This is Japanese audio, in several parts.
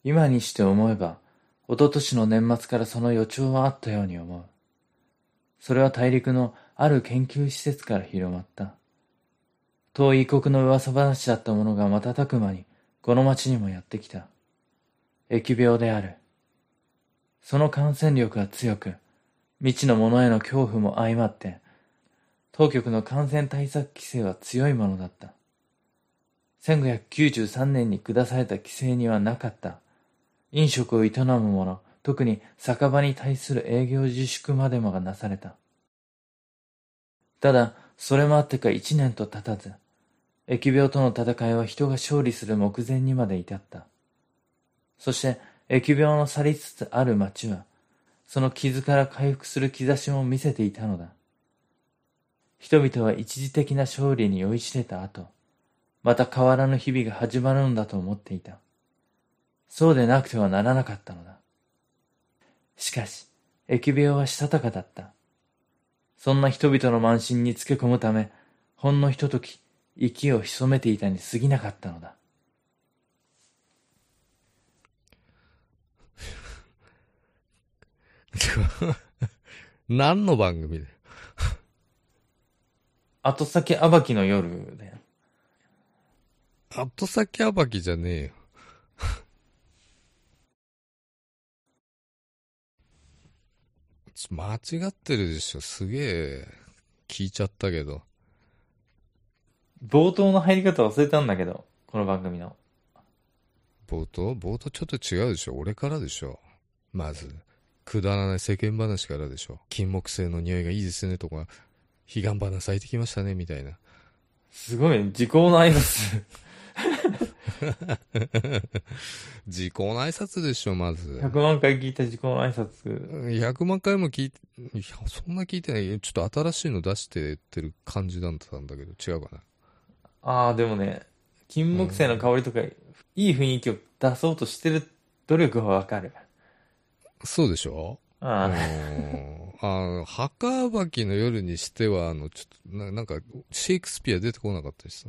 今にして思えば、一昨年の年末からその予兆はあったように思う。それは大陸のある研究施設から広まった。遠い異国の噂話だったものが瞬く間にこの町にもやってきた。疫病である。その感染力は強く、未知のものへの恐怖も相まって、当局の感染対策規制は強いものだった。1593年に下された規制にはなかった。飲食を営む者、特に酒場に対する営業自粛までもがなされた。ただ、それもあってか1年と経たず、疫病との戦いは人が勝利する目前にまで至った。そして、疫病の去りつつある町は、その傷から回復する兆しも見せていたのだ。人々は一時的な勝利に酔いしれた後、また変わらぬ日々が始まるのだと思っていた。そうでなくてはならなかったのだ。しかし、疫病はしたたかだった。そんな人々の慢心につけ込むため、ほんのひととき、息を潜めていたに過ぎなかったのだ。 何の番組で後先暴きの夜だよ。 後先暴きじゃねえよ。間違ってるでしょ。すげえ聞いちゃったけど。 冒頭の入り方忘れたんだけど、この番組の。 冒頭ちょっと違うでしょ。俺からでしょ。まずくだらない世間話からでしょ。金木犀の匂いがいいですねとか、彼岸花咲いてきましたねみたいな。 すごいね、時効の挨拶。 時効の挨拶でしょ。まず 100万回聞いた時効の挨拶。 100万回も聞いて、いやそんな聞いてない。ちょっと新しいの出してってる感じだったんだけど、違うかな。 ああ、でもね、金木犀の香りとか、いい雰囲気を出そうとしてる努力はわかる。 そうでしょ。 あ墓場きの夜にしては、ちょっとなんか、シェイクスピア出てこなかったしさ。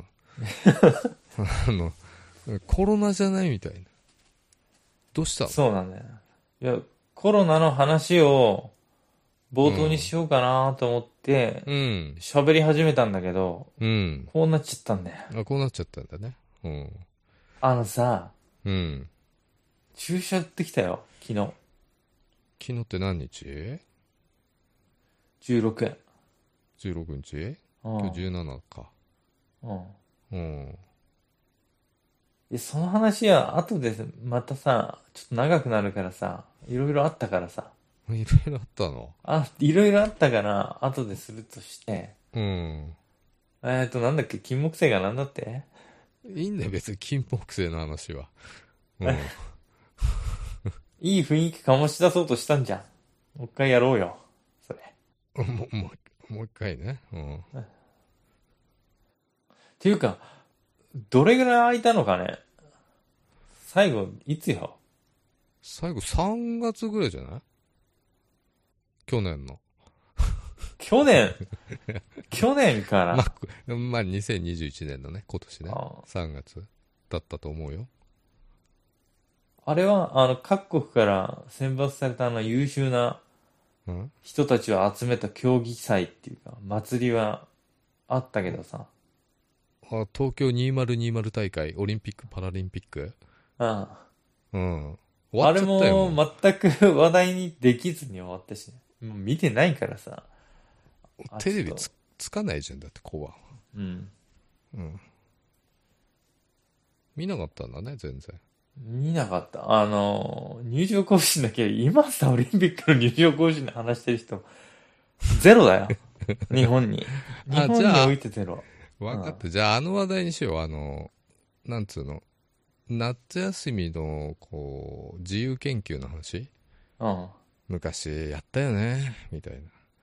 コロナじゃないみたいな。どうしたあ、 の？ そうなんだよ。いや、コロナの話を冒頭にしようかなと思って、 うん。 喋り始めたんだけど、 うん。 こうなっちゃったんだよ。 あ、こうなっちゃったんだね。うん。 あのさ、 うん。 注射打ってきたよ、昨日。 昨日って何日？ 16。 16 日？ うん。 今日17か。 うん。 うん。 その話は後でまたさ、ちょっと長くなるからさ、いろいろあったからさ、 いろいろあったの？ いろいろあったから後でするとして、 うん。 なんだっけ、金木犀がなんだって。 いいんだよ、別に金木犀の話は。うん。 いい雰囲気醸し出そうとしたんじゃん。もう一回やろうよ。それ。 もう一回ね。うん。 っていうか、どれぐらい空いたのかね。最後、いつよ。 最後3月ぐらいじゃない？去年の。 去年去年かまら。 まあ、2021年のね、今年ね。 あ 3月だったと思うよ。 あれは、各国から選抜された優秀なうん。 人たちを集めた競技祭っていうか、祭りはあったけどさ。 東京2020大会、オリンピック・パラリンピック。 あうん。終わあれっちゃったよ、 もも全く話題にできずに終わったしね。もう見てないからさ。 う。 あ、 テレビちょっと。 つかないじゃん、だってこうは。 うん。 うん。見なかったんだね、全然。 見なかった。入場行進だけ、今さ、オリンピックの入場行進で話してる人、ゼロだよ。日本に。日あ、じゃあ、 本においてゼロ。うん。 分かった。じゃあ、あの話題にしよう。なんつうの。夏休みの、こう、自由研究の話。 うん。 昔やったよね、みたいな。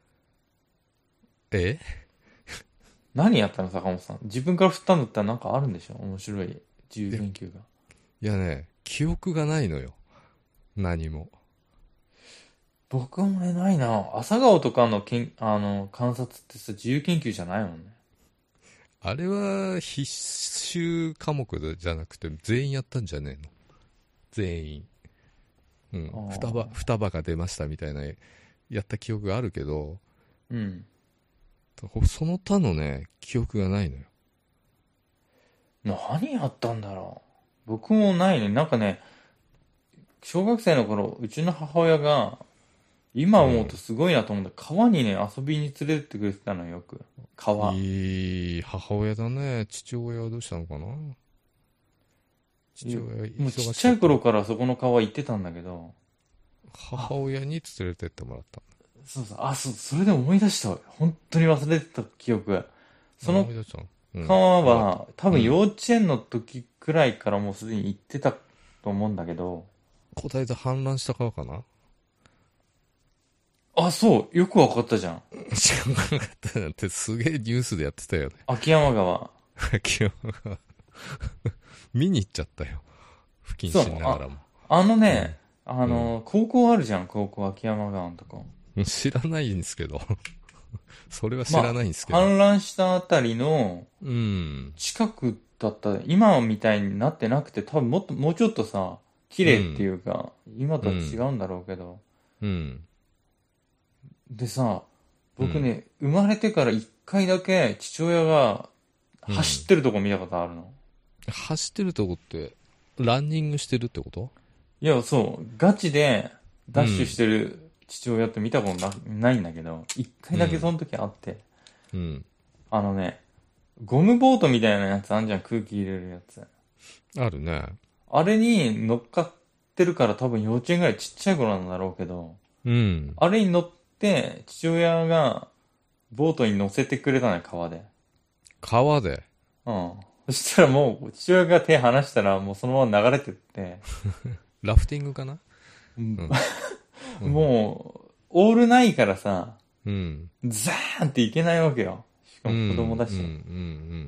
え何やったの、坂本さん。自分から振ったんだったらなんかあるんでしょ、面白い自由研究が。 いやね、記憶がないのよ。何も。 僕もね、ないな。朝顔とかの観察ってさ、自由研究じゃないもんね。 あれは必修科目じゃなくて全員やったんじゃねえの？ 全員。うん。 ああ。 双葉が出ましたみたいな、やった記憶があるけど、 うん。 その他のね、記憶がないのよ。 何やったんだろう。僕もないね。なんかね、小学生の頃、うちの母親が、今思うとうん。 すごいなと思うんだ。川にね、遊びに連れてってくれてたのよ、よく。川。 いい母親だね。父親はどうしたのかな。父親もうち忙っちゃい頃しかったの。 からそこの川行ってたんだけど、あ、 母親に連れてってもらった。 そうそう、それで思い出したわ。本当に忘れてた記憶。その思い出したの。うん。 川よかった。 は、多うん。 分幼稚園の時くらいからもうすでに行ってたと思うんだけど、 答えず氾濫した川かな。 あ、そう、よくわかったじゃん。 知らなかったなんてすげえニュースでやってたよね。 秋山川。 清が見に行っちゃったよ。不謹そう、 慎ながらも。 あのうん。 ね、 うん。 高校あるじゃん、高校秋山川のとこ。 知らないんですけど。それは知らまないんですけあ、 ど。 氾濫したあたりのうん。 近くだった、今みたいになってなくて、多分もうちょっとさ、綺麗ってうん。 いうか、今とは違うん。 うんだろうけど。 うん。 でさ、 うん。 僕ね、生まれてから一回だけ父親がうん。 走ってるとこ見たことあるの。 走ってるとこって、ランニングしてるってこと？ いや、そう、ガチでダッシュしうん。 てる父親って見たことないんだけど、一回うん。 だけその時あって、 うん。 あのね、ゴムボートみたいなやつあんじゃん、空気入れるやつ。 あるね。 あれに乗っかってるから多分幼稚園ぐらいちっちゃい頃なんだろうけど、 うん。 あれに乗って父親がボートに乗せてくれたのよ、川で。 川で。 うん。そしたらもう父親が手離したらもうそのまま流れてって、 ラフティングかな。うん。うん。 もう、オールないからさ、 うん。 ザーンっていけないわけよ。しかうん。うも子供ん。 だし。 うん。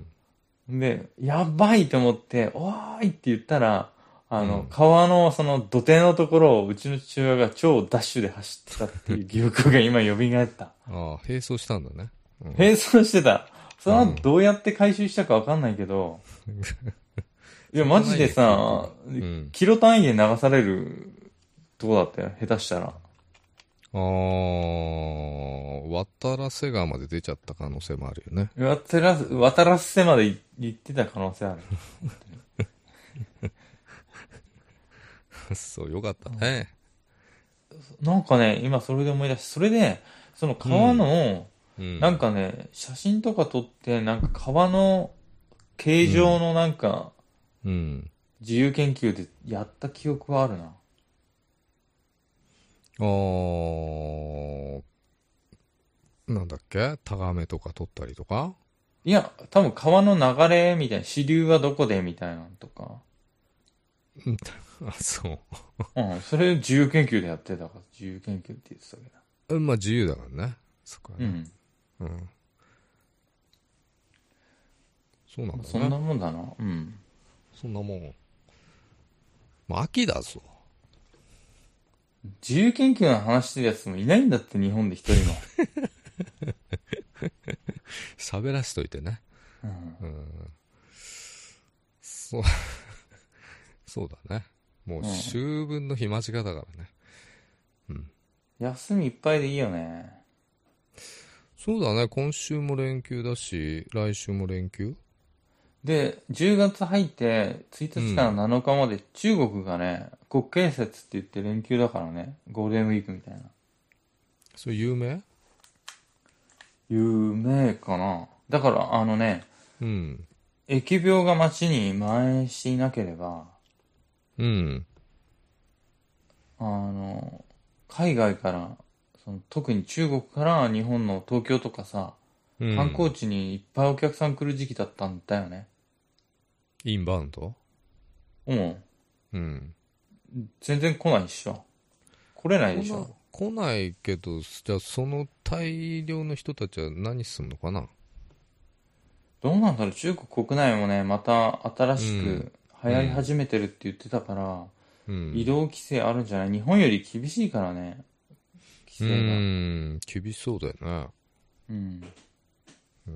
で、やばいと思って、おーいって言ったら、 うん。 川のその土手のところをうちの父親が超ダッシュで走ってたっていう記憶が今蘇った。 ああ、並走したんだね。うん。 並走してた。その後うん。 どうやって回収したかわかんないけど、いや、 そこマジでないね、記憶が。 さ、 うん。 キロ単位で流されるとこだったよ、下手したら。 ああ、渡良瀬川まで出ちゃった可能性もあるよね。 渡らせまで行ってた可能性ある。本当に。 そう、よかったね。 なんかね、今それで思い出し、それで、その川うん。 の、なんうん。 かね、写真とか撮って、なんか川の形うん。 状のなんかうん。 自由研究でやった記憶はあるな。 あー、なんだっけ、タガメとか取ったりとか。 いや、多分川の流れみたいな、支流はどこでみたいなのとか。 うん。あ、そうん、それ自由研究でやってたから、自由研究って言ってたけど。 う。まあ自由だからね。そこはね。 うん。 うん。そうなんだね。 まあそんなもんだな。うん。 そんなもん。まあ秋だぞ。 自由研究の話してるやつもいないんだって、日本で一人も。 喋らしといてね。 うん。 うん。そう、そうだね。もううん。 秋分の日間近だからね。うん。 休みいっぱいでいいよね。 そうだね。今週も連休だし、来週も連休。 で、10月入って1日からうん。 7日まで中国がね、国慶節って言って連休だからね。ゴールデンウィークみたいな。 それ有名？ 有名かな。だからうん。 疫病が街に蔓延していなければ、 うん。 あの、海外から、特に中国から日本の東京とかさ、 うん。 観光地にいっぱいお客さん来る時期だったんだよね。 インバウンド。 うん。 うん。 全然来ないっしょ。来れないでしょ。 来ないけど、じゃあその大量の人たちは何するのかな。 どうなんだろう、中国国内もね、また新うん。 しく流行りうん。 始めてるって言ってたから、移うん。 動規制あるんじゃない？日本より厳しいからね、規う制が。 ーん。厳しそうだよね。 うん。 うん。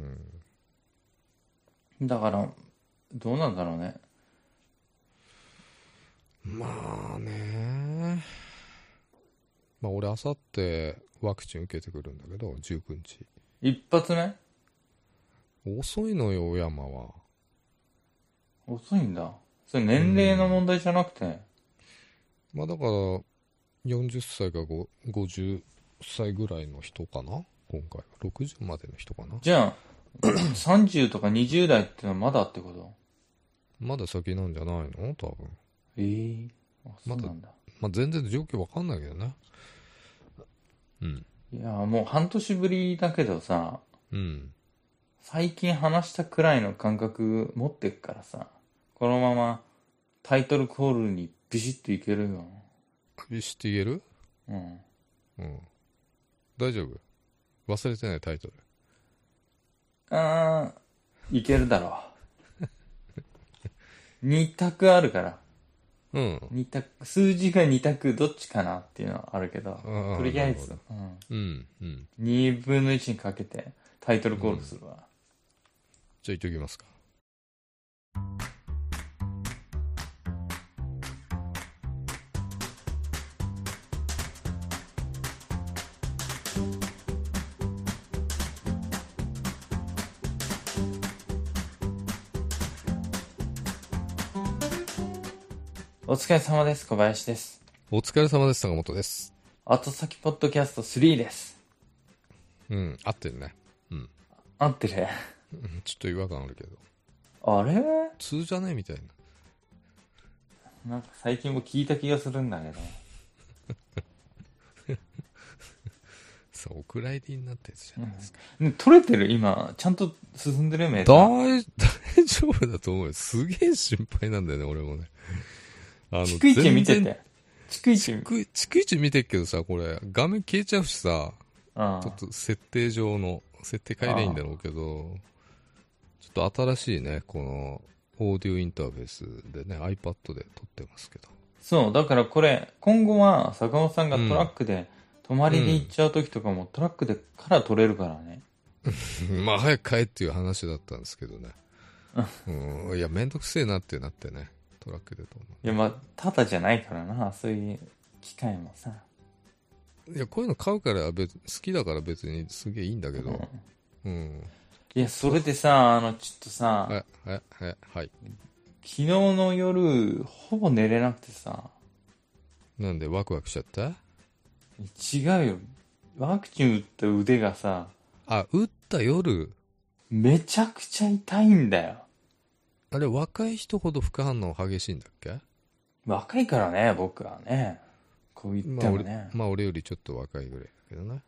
だから、どうなんだろうね。 うーまあね。まあ俺、あさってワクチン受けてくるんだけど、19日。 一発目遅いのよ、山は。 遅いんだ。それ年齢の問題じゃなくて。 まあだから、40歳か50歳ぐらいの人かな今回は。60までの人かな。 じゃあ、30とか20代ってのはまだってこと？ まだ先なんじゃないの多分。 あ、そうなんだ。 まあ全然状況わかんないけどね。うん。 いや、もう半年ぶりだけどさ、 うん。 最近話したくらいの感覚持ってっからさ、このままタイトルコールにビシッといけるよ。 ビシッと言える？ うん。 うん。大丈夫？忘れてないタイトル。 いけるだろう。2択あるから。 うん。 二択、数字が2択どっちかなっていうのはあるけど、とりあえず、 うん。うん。 2分の1にかけてタイトルコールするわ。 じゃあ言っておきますか。 お疲れ様です。小林です。 お疲れ様です。坂本です。 後先ポッドキャスト3です。 うん。合ってるね。うん。 合ってる？ ちょっと違和感あるけど。 あれ？ 普通じゃねみたいな。 なんか最近も聞いた気がするんだけど。 そう、お蔵入りになったやつじゃないですか。 取れてる？今、ちゃんと進んでる？メータ大ー。 丈夫だと思うよ。すげえ心配なんだよね、俺もね。 逐一見てて。逐一見てっけどさ、これ、画面消えちゃうしさ、ちょっと設定変えりゃいいんだろうけど、ちょっと新しいね、この、オーディオインターフェースでね、iPad で撮ってますけど。 そう、だからこれ、今後は坂本さんがトラックで、泊まりで行っちゃう時とかもトラックでから撮れるからね。 まあ早く帰っていう話だったんですけどね。いや、めんどくせえなってなってね、トラックで撮るの。 いや、まあ、ただじゃないからな、そういう機会もさ。 いや、こういうの買うから好きだから別にすげえいいんだけど。 いや、それでさ、ちょっとさ、 はい。 昨日の夜、ほぼ寝れなくてさ。 なんでワクワクしちゃった？ 違うよ。ワクチン打った腕がさ、 打った夜。 めちゃくちゃ痛いんだよ。 あれ、若い人ほど副反応激しいんだっけ？ 若いからね、僕はね。こう言ってもね。 まあ俺よりちょっと若いぐらいだけどね。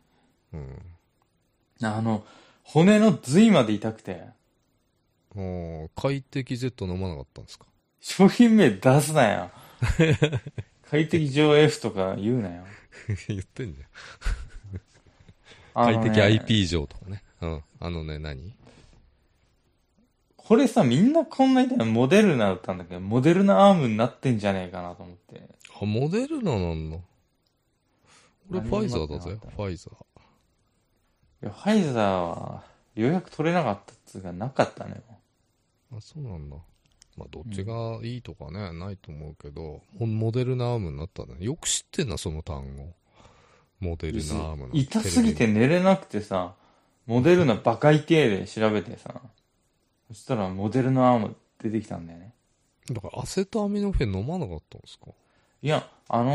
骨の髄まで痛くて。 快適 Z 飲まなかったんですか？ 商品名出すなよ。快適上 F とか言うなよ。 言ってんじゃん。快適 IP 上とかね。何？ これさ、みんなこんな痛いのモデルナ打ったんだけど、モデルナアームになってんじゃねえかなと思って。 モデルナなんだ。俺ファイザーだぜ、ファイザー。 いや、ファイザーは予約取れなかったっつうかなかったね。 そうなんだ。まあどっちがいいとかね、ないと思うけど、モデルナアームになったね。よく知ってんな、その単語。モデルナアームの。 痛すぎて寝れなくてさ、モデルナバカ痛えで調べてさ、そしたらモデルナアーム出てきたんだよね。 だからアセトアミノフェン飲まなかったんですか？ いや、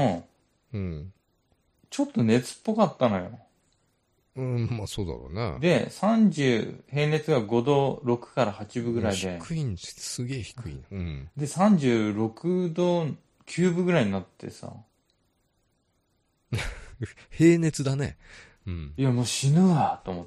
ちょっと熱っぽかったのよ。 まあそうだろうね。 で、平熱が5度6から8分ぐらいで。 低いんすげえ低い。 で、36度9分ぐらいになってさ。 平熱だね。 いや、もう死ぬわ、と思って。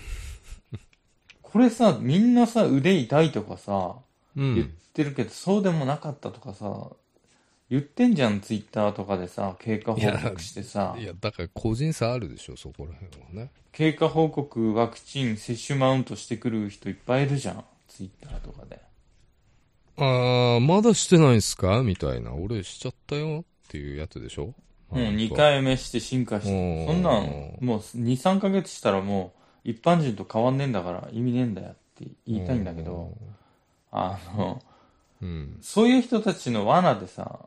これさ、みんなさ、腕痛いとかさ、言ってるけど、そうでもなかったとかさ、言ってんじゃん、ツイッターとかでさ、経過報告してさ。 いや、だから個人差あるでしょ、そこら辺はね。 経過報告、ワクチン接種マウントしてくる人いっぱいいるじゃん、ツイッターとかで。 まだしてないんすかみたいな。俺しちゃったよっていうやつでしょ。 2回目して進化して。そんなん、もう2、3ヶ月したらもう一般人と変わんねえんだから意味ねえんだよって言いたいんだけど、 うん。 そういう人たちの罠でさ、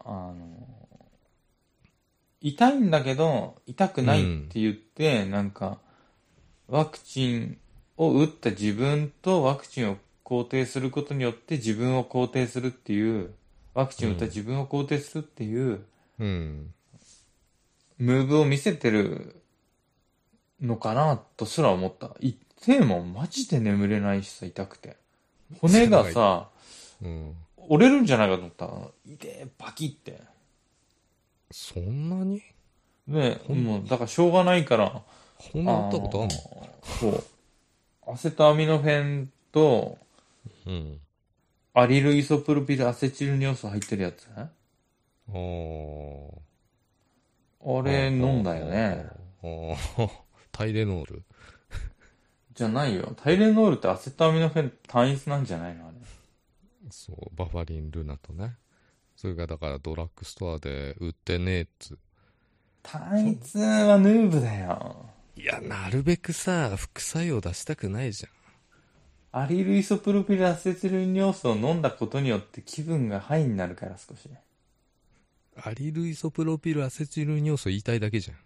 痛いんだけど、痛くないって言って、なんか、ワクチンを打った自分とワクチンを肯定することによって自分を肯定するっていう、ワクチンを打った自分を肯定するっていう、 うん。 ムーブを見せてるのかなとすら思った。痛えもん、マジで眠れないしさ、痛くて。骨がさ、 うん。 折れるんじゃないかと思ったら、痛え、バキって。 そんなにね、もう、だからしょうがないから、 骨折ったことあんの？ そう。アセトアミノフェンと、 うん。 アリルイソプロピルアセチル尿素入ってるやつね。 あー。 あれ飲んだよね。 タイレノール。 じゃないよ。タイレノールってアセトアミノフェン単一なんじゃないのあれ。 そう、バファリンルナとね。それがだからドラッグストアで売ってねえっつ。 単一はヌーブだよ。 いや、なるべくさ、副作用出したくないじアリルイソプロピルアセチル尿素を飲んだことによって気分がハイになるから少し。 ゃん。アリルイソプロピルアセチル尿素言いたいだけじゃん。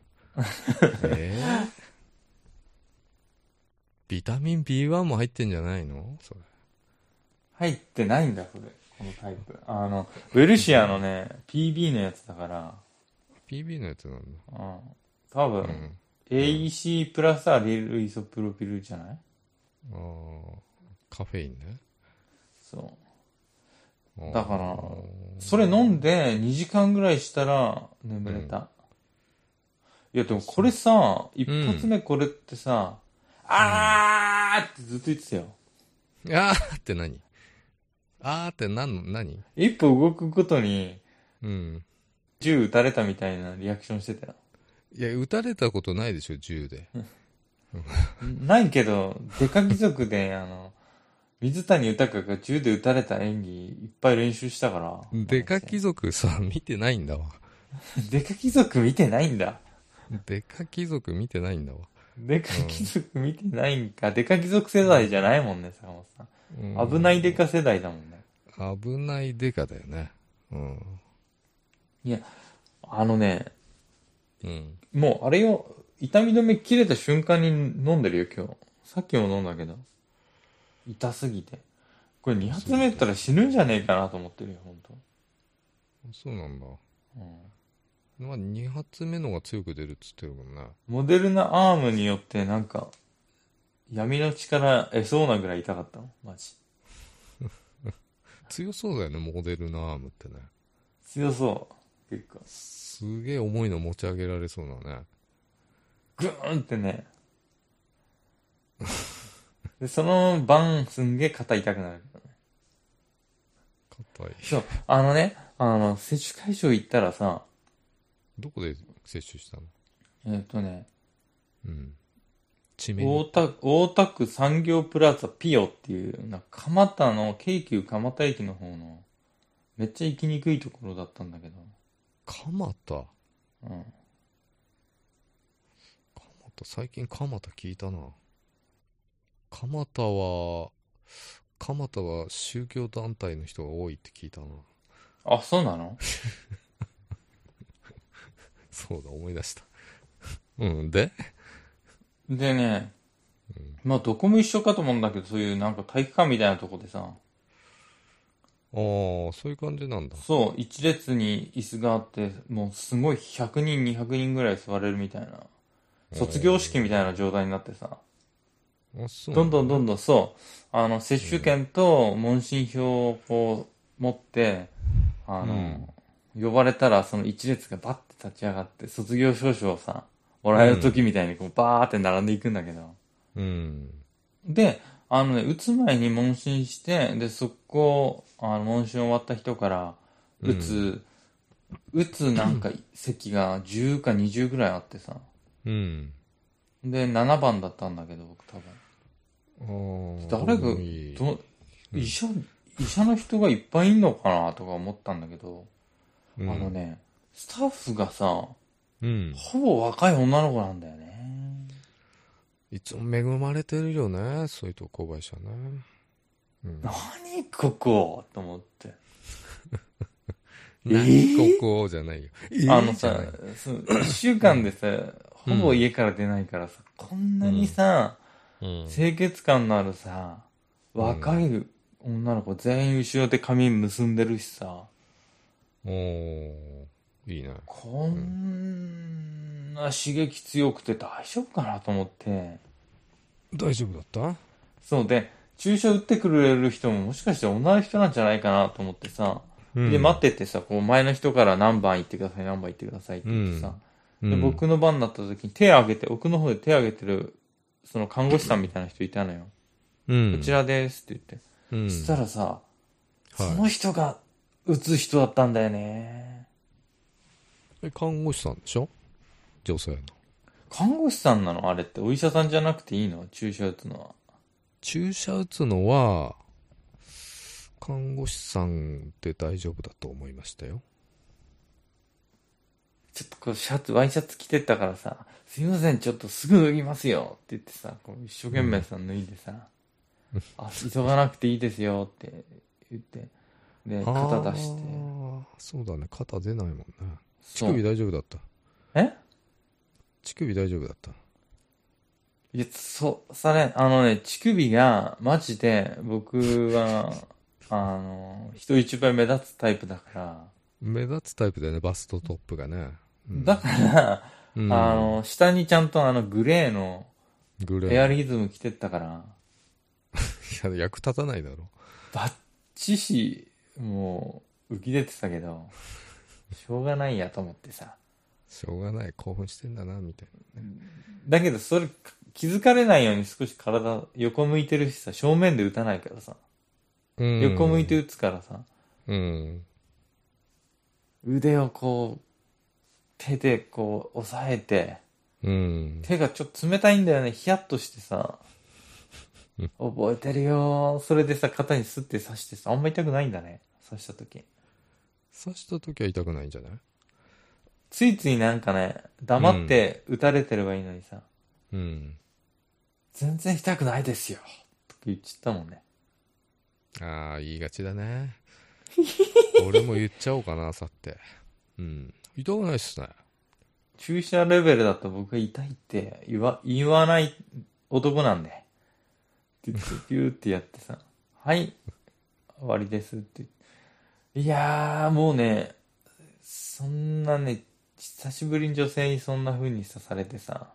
ビタミン B1 も入ってんじゃないのそれ。 入ってないんだ、これ。このタイプ。ウェルシアのね、PB のやつだから、 PB のやつなんだ。 多分、 うん。 AEC プラスアリルイソプロピルじゃない？ ああ、カフェインね。 そう。だから、 あそれ飲んで2時間ぐらいしたら眠れた。いやでもこれさ、一発目これってさ、あーってずっと言ってたよ。 あーって何？あーって何？ 一歩動くごとにうん。 銃撃たれたみたいなリアクションしてたよ。 いや、撃たれたことないでしょ、銃で。 ないけど、デカ貴族で、水谷豊が銃で撃たれた演技いっぱい練習したから。 デカ貴族さ、見てないんだわ。 デカ貴族見てないんだ。 デカ貴族見てないんだわ。 デカ貴族見てないんか。デカ貴族世代じゃないもんね、坂本さん。危ないデカ世代だもんね。 危ないデカだよね。うん。 いや、あのね、 うん。 もうあれよ、痛み止め切れた瞬間に飲んでるよ、今日。さっきも飲んだけど。痛すぎて。これ2発目やったら死ぬんじゃねえかなと思ってるよ、ほんと。 そうなんだ。 うん。 まあ、2発目のが強く出るっつってるもんね。 モデルナアームによってなんか、闇の力得そうなぐらい痛かったの、マジ。 強そうだよね、モデルナアームってね。 強そう。結構。 すげえ重いの持ち上げられそうなね。 グーンってね。で、その晩、すんげえ肩痛くなるけどね。 硬い。 そう、接種会場行ったらさ、 どこで接種したの？うん。地名に。 大田区産業プラザピオっていう、蒲田の京急蒲田駅の方の、めっちゃ行きにくいところだったんだけど。 蒲田。 うん。 蒲田、最近蒲田聞いたな。蒲田は、蒲田は宗教団体の人が多いって聞いたな。 あ、そうなの？ そうだ、思い出した。うん、ででね、まあどこも一緒かと思うんだけど、そういうなんか体育館みたいなとこでさ、 ああ、そういう感じなんだ。 そう、一列に椅子があって、もうすごい100人、200人ぐらい座れるみたいな、卒業式みたいな状態になってさ、 あ、そうどなんだね。 んどんどんどん、そう、接種券と問診票をこう持って、あの、呼ばれたらその一列がバッて立ち上がって、卒業証書をさ、もらえる時みたいにこうバーって並んでいくんだけど、 うん。 で、打つ前に問診して、で、そこ、問診終わった人から、打つ、なんか席が10か20ぐらいあってさ。 うん。 で、7番だったんだけど、僕多分。 ああ、 誰が、 いい。 医者の人がいっぱいいんのかなとか思ったんだけど、 うん。 スタッフがさ、 うん。 ほぼ若い女の子なんだよね。 いつも恵まれてるよね、そういうとこ小林はね。うん。 何ここと思って。 何ここじゃないよ。 さ、1週間でさ、ほぼ家から出ないからさ、こんなにさ、清潔感のあるさ、若い女の子全員後ろで髪結んでるしさ。 おー、いいね。 こんな刺激強くて大丈夫かなと思って。 大丈夫だった？ そうで、注射打ってくれる人ももしかして同じ人なんじゃないかなと思ってさ、で、待っててさ、こう前の人から何番行ってください、何番行ってくださいって言ってさ、で僕の番になった時に手を挙げて、奥の方で手を挙げてる、その看護師さんみたいな人いたのよ。こちらですって言って。そしたらさ、その人が打つ人だったんだよね。 看護師さんでしょ？女性の。 看護師さんなのあれって？お医者さんじゃなくていいの？注射打つのは。 注射打つのは、看護師さんで大丈夫だと思いましたよ。 ちょっとこうワイシャツ着てったからさ、すいません、ちょっとすぐ脱ぎますよって言ってさ、こう一生懸命さ、脱いでさ、急がなくていいですよって言って、で、肩出して。 そうだね、肩出ないもんね。乳首大丈夫だった？乳首大丈夫だった？ いや、乳首が、マジで、僕は、人一倍目立つタイプだから。 目立つタイプだよね、バストトップがね。 だから、下にちゃんとグレーの、エアリズム着てったから。 いや、役立たないだろ。 バッチシ、もう、浮き出てたけど、しょうがないやと思ってさ。 しょうがない、興奮してんだな、みたいなね。 だけど、それ、気づかれないように少し体、横向いてるしさ、正面で打たないからさ。横向いて打つからさ。腕をこう、手でこう、押さえて、手がちょっと冷たいんだよね、ヒヤッとしてさ。覚えてるよ。それでさ、肩にスッて刺してさ、あんま痛くないんだね。刺した時。 刺した時は痛くないんじゃない？ ついついなんかね、黙って打たれてればいいのにさ。全然痛くないですよ。とか言っちゃったもんね。 ああ、言いがちだね。俺も言っちゃおうかな、さって。痛くないっすね。 注射レベルだと僕が痛いって言わない男なんで。って言って、ピューってやってさ、はい、終わりですって言って。いやー、もうね、そんなね、久しぶりに女性にそんな風に刺されてさ、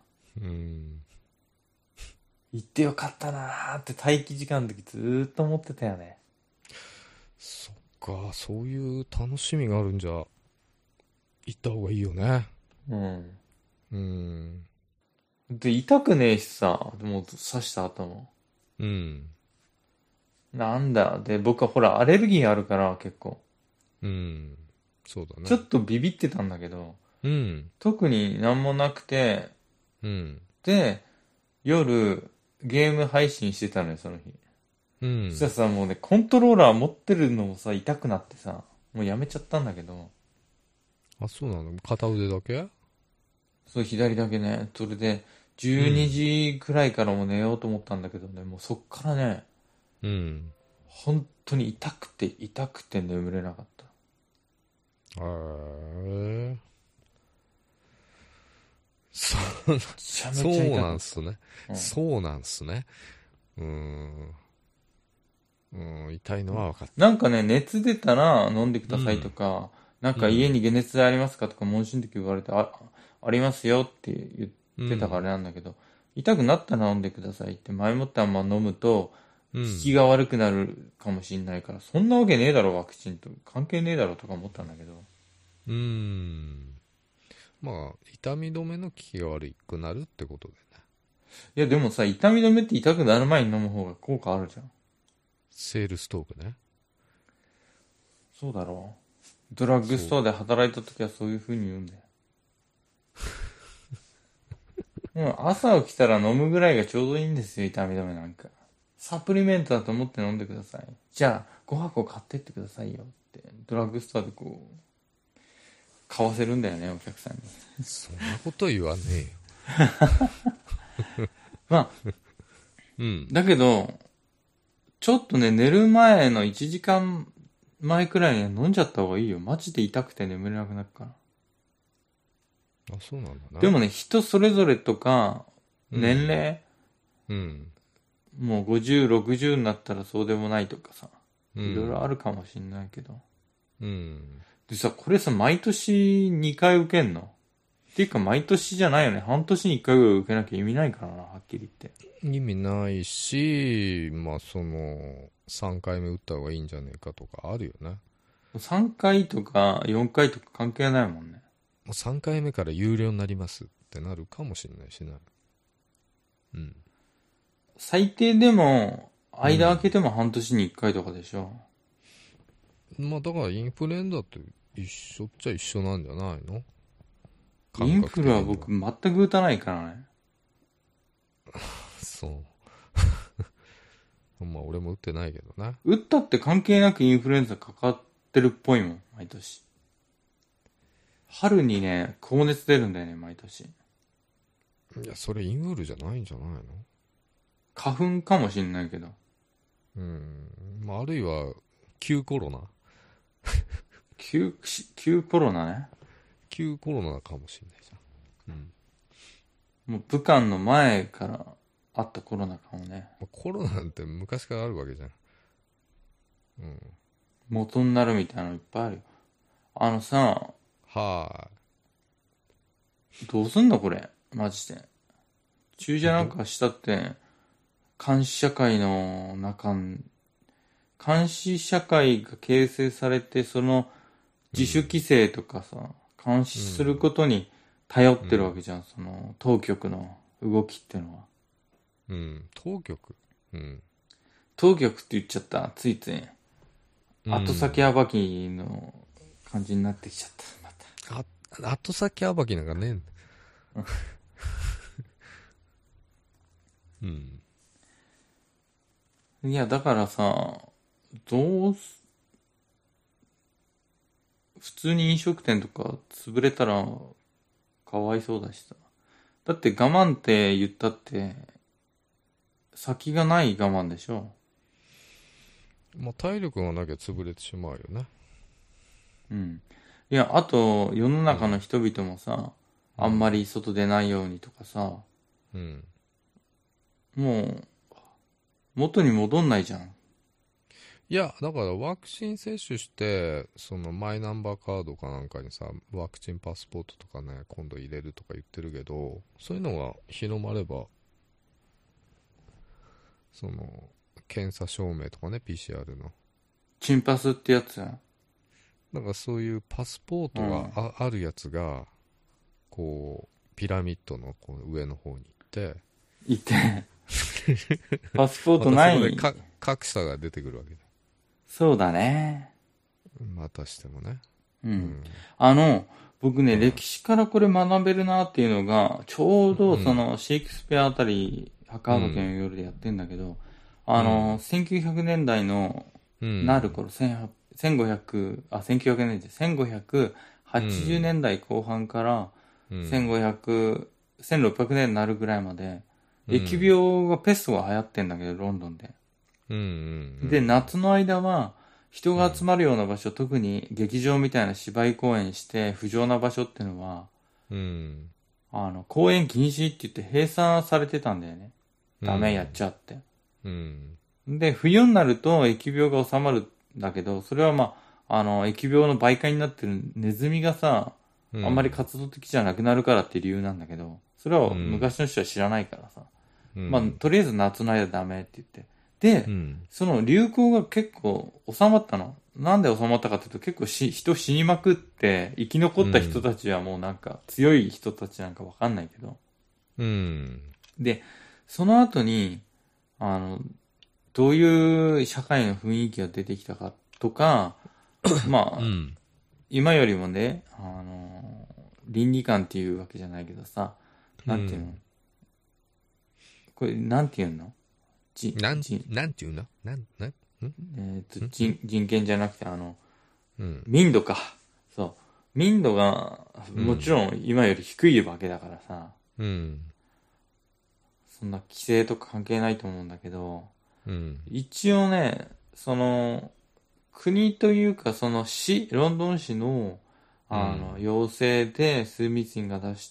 行ってよかったなーって待機時間の時ずーっと思ってたよね。 そっか、そういう楽しみがあるんじゃ行った方がいいよね。 で、痛くねえしさ、でも刺した後も。なんだ。で、僕はほら、アレルギーあるから、結構。 そうだね。 ちょっとビビってたんだけど、特になんもなくて、で、夜、ゲーム配信してたのよ、その日。そしたらさ、もうね、コントローラー持ってるのもさ、痛くなってさ、もうやめちゃったんだけど。 あ、そうなの？片腕だけ？ そう、左だけね。それで、12時くらいからも寝ようと思ったんだけどね、もうそっからね、本当に痛くて眠れなかった。 そうなんすね。そうなんすね。痛いのは分かった。 なんかね、熱出たら飲んでくださいとか、なんか家に解熱剤ありますかとか問診の時言われて、ありますよって言ってたからあれなんだけど、痛くなったら飲んでくださいって前もってあんま飲むと、効きが悪くなるかもしんないから、そんなわけねえだろ、ワクチンと。関係ねえだろとか思ったんだけど。 まあ、痛み止めの効きが悪くなるってことでね。 いや、でもさ、痛み止めって痛くなる前に飲む方が効果あるじゃん。 セールストークね。 そうだろう。ドラッグストアで働いた時はそういう風に言うんだよ。朝起きたら飲むぐらいがちょうどいいんですよ、痛み止めなんか。サプリメントだと思って飲んでください。じゃあ、5箱買ってってくださいよって、ドラッグストアでこう、買わせるんだよね、お客さんに。 そんなこと言わねえよ。 まあ、だけど、ちょっとね、寝る前の1時間前くらいに飲んじゃった方がいいよ。マジで痛くて眠れなくなるから。 あ、そうなんだな。 でもね、人それぞれとか、年齢、 うん。 もう50、60になったらそうでもないとかさ、 うん。 いろいろあるかもしんないけど。 うん。 でさ、これさ、毎年2回受けんのっていうか、毎年じゃないよね。半年に1回ぐらい受けなきゃ意味ないからな、はっきり言って。 意味ないし、まあ3回目打った方がいいんじゃねえかとかあるよね。 3回とか4回とか関係ないもんね。 もう3回目から有料になりますってなるかもしれないしね。うん。 最低でも、間空けても半年に1回とかでしょ。 まあだからインフルエンザと一緒っちゃ一緒なんじゃないの？ インフルは僕全く打たないからね。 そう。まあ俺も打ってないけどね。 打ったって関係なくインフルエンザかかってるっぽいもん、毎年。春にね、高熱出るんだよね、毎年。 いや、それインフルじゃないんじゃないの？ 花粉かもしんないけど。 まああるいは、旧コロナ旧コロナね。 旧コロナかもしれないじゃん。 もう武漢の前からあったコロナかもね。 まあ、コロナなんて昔からあるわけじゃん。 元になるみたいなのいっぱいあるよ。あのさ、 はどうすんだこれ。マジで。注射なんかしたって、監視社会の中、監視社会が形成されて、その自主規制とかさ、監視することに頼ってるわけじゃん、その当局の動きってのは。 当局。 当局って言っちゃった、ついつい。後先暴きの感じになってきちゃった、また。後先暴きなんかねえんだ。 いや、だからさ、どうす、普通に飲食店とか潰れたらかわいそうだしさ。だって我慢って言ったって、先がない我慢でしょ。 まあ体力がなきゃ潰れてしまうよね。 うん。いや、あと、世の中の人々もさ、あんまり外出ないようにとかさ、もう、元に戻んないじゃん。 いや、だからワクチン接種して、そのマイナンバーカードかなんかにさ、ワクチンパスポートとかね、今度入れるとか言ってるけど、そういうのが広まれば、その、検査証明とかね、PCR の。 チンパスってやつや。 なんかそういうパスポートがあるやつが、こう、ピラミッドのこう上の方にいて、パスポートない。 またそこで格差が出てくるわけだ。 そうだね。 またしてもね。 僕ね、歴史からこれ学べるなっていうのが、ちょうどその、シェイクスピアあたり、墓場家の夜でやってんだけど、1900年代の、なる頃、1900年代、1580年代後半から、1600年になるぐらいまで、疫病がペストが流行ってんだけど、ロンドンで。で、夏の間は、人が集まるような場所、特に劇場みたいな芝居公演して不浄な場所ってのは、公演禁止って言って閉鎖されてたんだよね。ダメやっちゃって。で、冬になると疫病が収まるんだけど、それは疫病の媒介になってるネズミがさ、あんまり活動的じゃなくなるからっていう理由なんだけど、それは昔の人は知らないからさ。とりあえず夏の間ダメって言って。で、その流行が結構収まったの。なんで収まったかっていうと結構人死にまくって生き残った人たちはもうなんか強い人たちなんかわかんないけど。で、その後に、どういう社会の雰囲気が出てきたかとか、今よりもね、倫理観っていうわけじゃないけどさ、なんていうの、これ、なんていうのなんていうの人権じゃなくて、民度か。そう。民度が、もちろん今より低いわけだからさ、そんな規制とか関係ないと思うんだけど、一応ね、その、 国というか、その市、ロンドン市の、要請でスーミツィンが出した、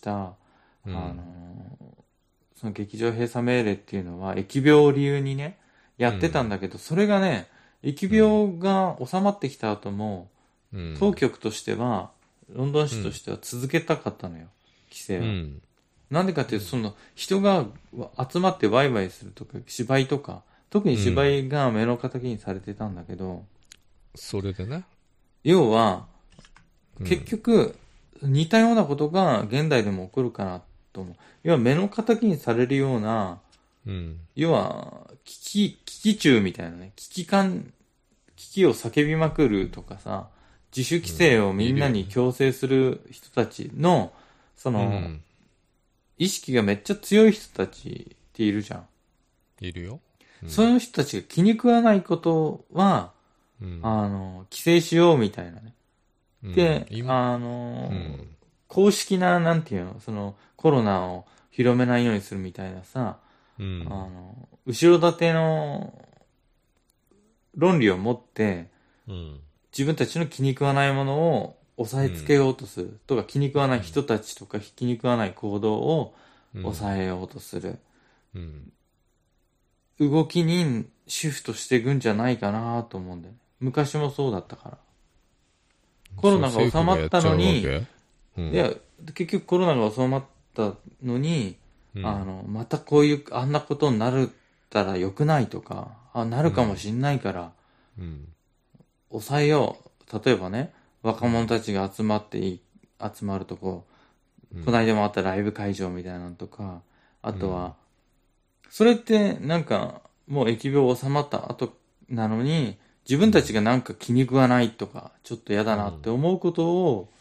その劇場閉鎖命令っていうのは、疫病を理由にね、やってたんだけど、それがね、疫病が収まってきた後も、当局としては、ロンドン市としては続けたかったのよ、規制を。なんでかっていうと、その人が集まってワイワイするとか、芝居とか、特に芝居が目の敵にされてたんだけど、 それでね。 要は、結局、似たようなことが現代でも起こるかなと思う。要は目の敵にされるような、要は、危機中みたいなね、危機を叫びまくるとかさ、自主規制をみんなに強制する人たちの、その、意識がめっちゃ強い人たちっているじゃん。 いるよ。 そういう人たちが気に食わないことは、規制しようみたいなね。で、公式な、なんていうの、その、コロナを広めないようにするみたいなさ、後ろ盾の論理を持って、自分たちの気に食わないものを抑えつけようとする、とか、気に食わない人たちとか、気に食わない行動を抑えようとする。動きにシフトしていくんじゃないかなと思うんだよね。昔もそうだったから。コロナが収まったのに、いや、結局コロナが収まったのに、またこういう、あんなことになるったら良くないとか、なるかもしんないから、抑えよう。例えばね、若者たちが集まるとこ、こないだもあったライブ会場みたいなのとか、あとは、それってなんか、もう疫病収まった後なのに、自分たちがなんか気に食わないとか、ちょっと嫌だなって思うことを、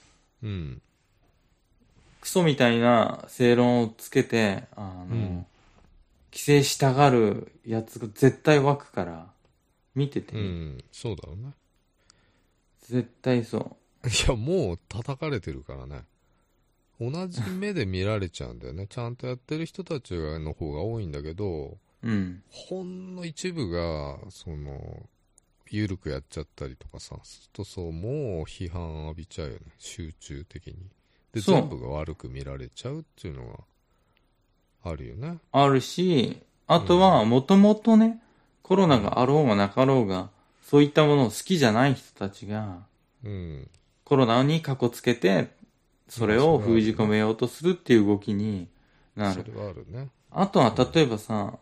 クソみたいな正論をつけて、規制したがるやつが絶対湧くから、見てて。 そうだろうね。 絶対そう。 いや、もう叩かれてるからね。同じ目で見られちゃうんだよね。ちゃんとやってる人たちの方が多いんだけど、ほんの一部が、その、緩くやっちゃったりとかさ、するとそう、もう批判浴びちゃうよね。集中的に。で、全部が悪く見られちゃうっていうのがあるよね。 あるし、あとは、もともとね、コロナがあろうがなかろうが、そういったものを好きじゃない人たちが、コロナにかこつけて、それを封じ込めようとするっていう動きになる。 それはあるね。 あとは、例えばさ、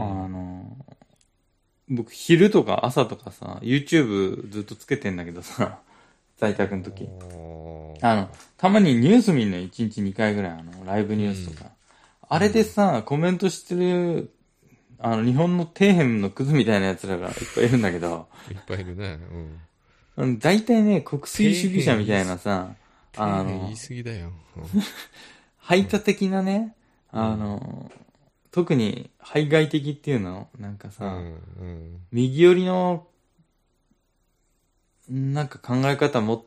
僕、昼とか朝とかさ、YouTube ずっとつけてんだけどさ、在宅の時。たまにニュース見んの1日2回ぐらい、ライブニュースとか。あれでさ、コメントしてる、日本の底辺のクズみたいな奴らがいっぱいいるんだけど。 いっぱいいるね。 大体ね、国粋主義者みたいなさ、 言い過ぎだよ。 排他的なね、特に排外的っていうのなんかさ、右寄りの、なんか考え方持った、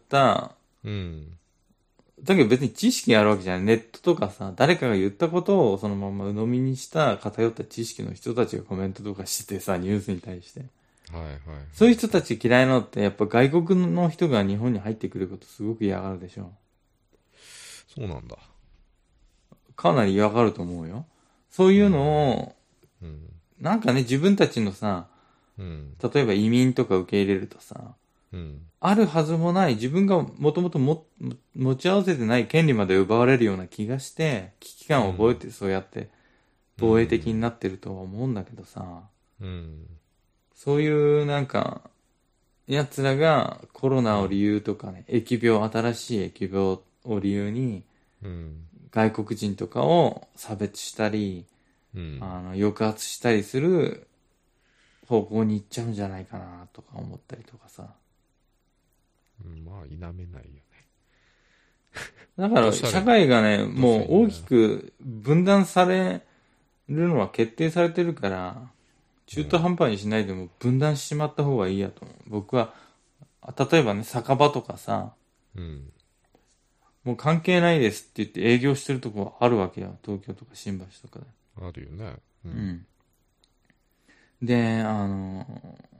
だけど別に知識があるわけじゃない。ネットとかさ、誰かが言ったことをそのまま鵜呑みにした偏った知識の人たちがコメントとかしてさ、ニュースに対して。そういう人たち嫌いなのって、やっぱ外国の人が日本に入ってくることすごく嫌がるでしょ。 そうなんだ。 かなり嫌がると思うよ。そういうのを、なんかね、自分たちのさ、例えば移民とか受け入れるとさ、あるはずもない、自分がもともと持ち合わせてない権利まで奪われるような気がして、危機感を覚えてそうやって防衛的になってるとは思うんだけどさ、そういうなんか、奴らがコロナを理由とかね、新しい疫病を理由に、外国人とかを差別したり、抑圧したりする方向に行っちゃうんじゃないかなとか思ったりとかさ。 まあ、否めないよね。 だから、社会がね、もう大きく分断されるのは決定されてるから、中途半端にしないでも分断しちまった方がいいやと思う。僕は、例えばね、酒場とかさ、もう関係ないですって言って営業してるとこあるわけよ。東京とか新橋とかで。 あるよね。 で、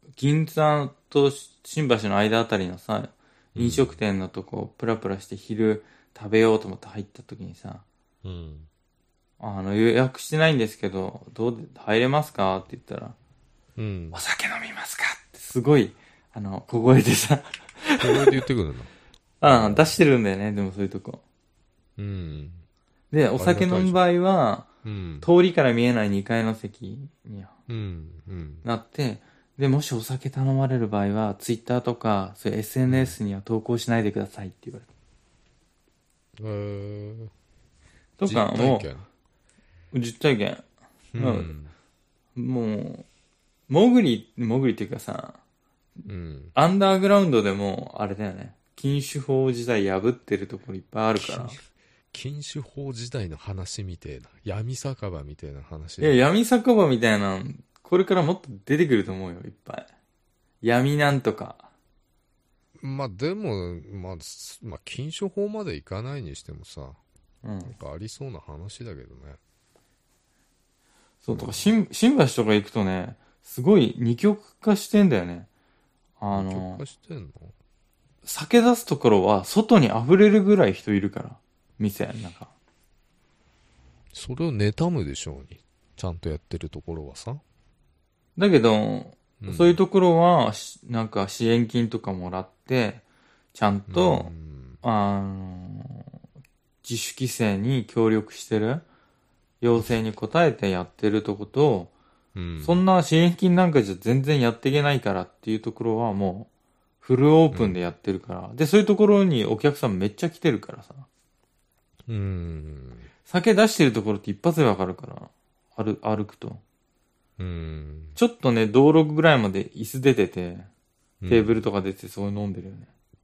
銀座と新橋の間あたりのさ、飲食店のとこ、プラプラして昼食べようと思って入った時にさ、 うん。 予約してないんですけど、入れますかって言ったら、 うん。 お酒飲みますかってすごい、小声でさ、 小声で言ってくるの。 出してるんだよね、でもそういうとこ。 うん。 で、お酒飲む場合は、 うん。 通りから見えない2階の席にうん。うん。 なって、で、もしお酒頼まれる場合は、ツイッターとか、そういう SNS には投稿しないでくださいって言われた。とか、もう、実体験。 うん。 もう、潜りっていうかさ、 うん。 アンダーグラウンドでも、あれだよね。禁酒法時代破ってるところいっぱいあるから。 禁酒法時代の話みてえな。闇酒場みたいな話。 いや、闇酒場みたいな、これからもっと出てくると思うよ、いっぱい。闇なんとか。 まあでも、まあ、禁酒法までいかないにしてもさ、 なんかありそうな話だけどね。 そう、とか、新橋とか行くとね、すごい二極化してんだよね。 二極化してんの？ 酒出すところは外に溢れるぐらい人いるから。店、なんか。 それを妬むでしょうに。ちゃんとやってるところはさ。 だけど、そういうところは、なんか支援金とかもらって、ちゃんと、自主規制に協力してる、要請に応えてやってるとこと、そんな支援金なんかじゃ全然やっていけないからっていうところはもう、フルオープンでやってるから。で、そういうところにお客さんめっちゃ来てるからさ。酒出してるところって一発でわかるから、歩くと。ちょっとね、道路ぐらいまで椅子出てて、テーブルとか出てそういう飲んでるよね。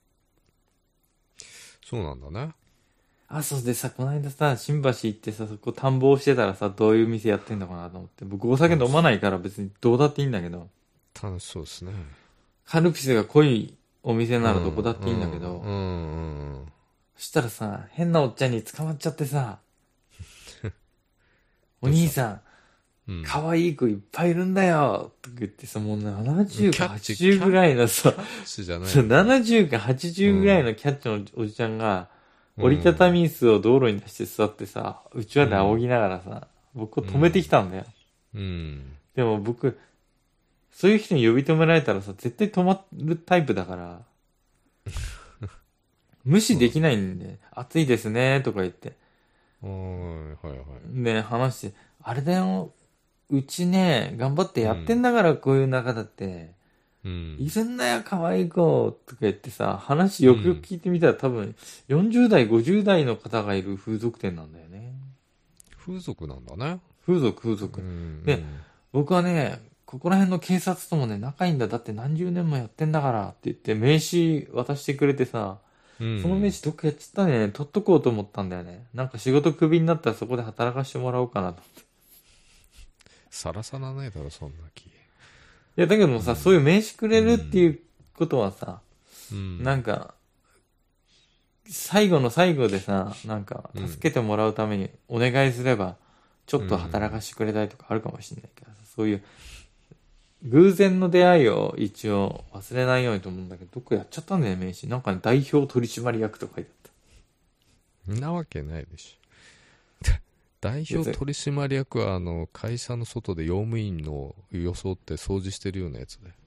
そうなんだね。 そうでさ、この間さ、新橋行ってさ、そこ探訪してたらさ、どういう店やってんのかなと思って。僕お酒飲まないから別にどうだっていいんだけど。 楽しそうですね。 カルピスが濃いお店ならどこだっていいんだけど。そしたらさ、変なおっちゃんに捕まっちゃってさ、お兄さん、可愛い子いっぱいいるんだよとか言ってさ、もう70か80ぐらいのさ、70か80ぐらいのキャッチのおじちゃんが、折りたたみ椅子を道路に出して座ってさ、うちわで仰ぎながらさ、僕を止めてきたんだよ。でも僕、そういう人に呼び止められたらさ、絶対止まるタイプだから、無視できないんで、暑いですねとか言って。ね、話して、あれだよ、うちね、頑張ってやってんだからこういう中だって、いるんだよ、可愛い子とか言ってさ、話よくよく聞いてみたら多分、40代、50代の方がいる風俗店なんだよね。 風俗なんだね。 風俗。で、僕はね、ここら辺の警察ともね、仲いいんだ。だって何十年もやってんだからって言って名刺渡してくれてさ、その名刺どっかやっちゃったね。取っとこうと思ったんだよね。なんか仕事クビになったらそこで働かしてもらおうかなと思って。 さらさらないだろ、そんな気。 いや、だけどもさ、そういう名刺くれるっていうことはさ、なんか、最後の最後でさ、なんか、助けてもらうためにお願いすれば、ちょっと働かしてくれたりとかあるかもしれないけどさ、そういう、偶然の出会いを一応忘れないようにと思うんだけど、どっかやっちゃったんだよ、名刺。なんかね、代表取締役とか書いてあった。 なわけないでしょ。代表取締役は会社の外で用務員の装って掃除してるようなやつで。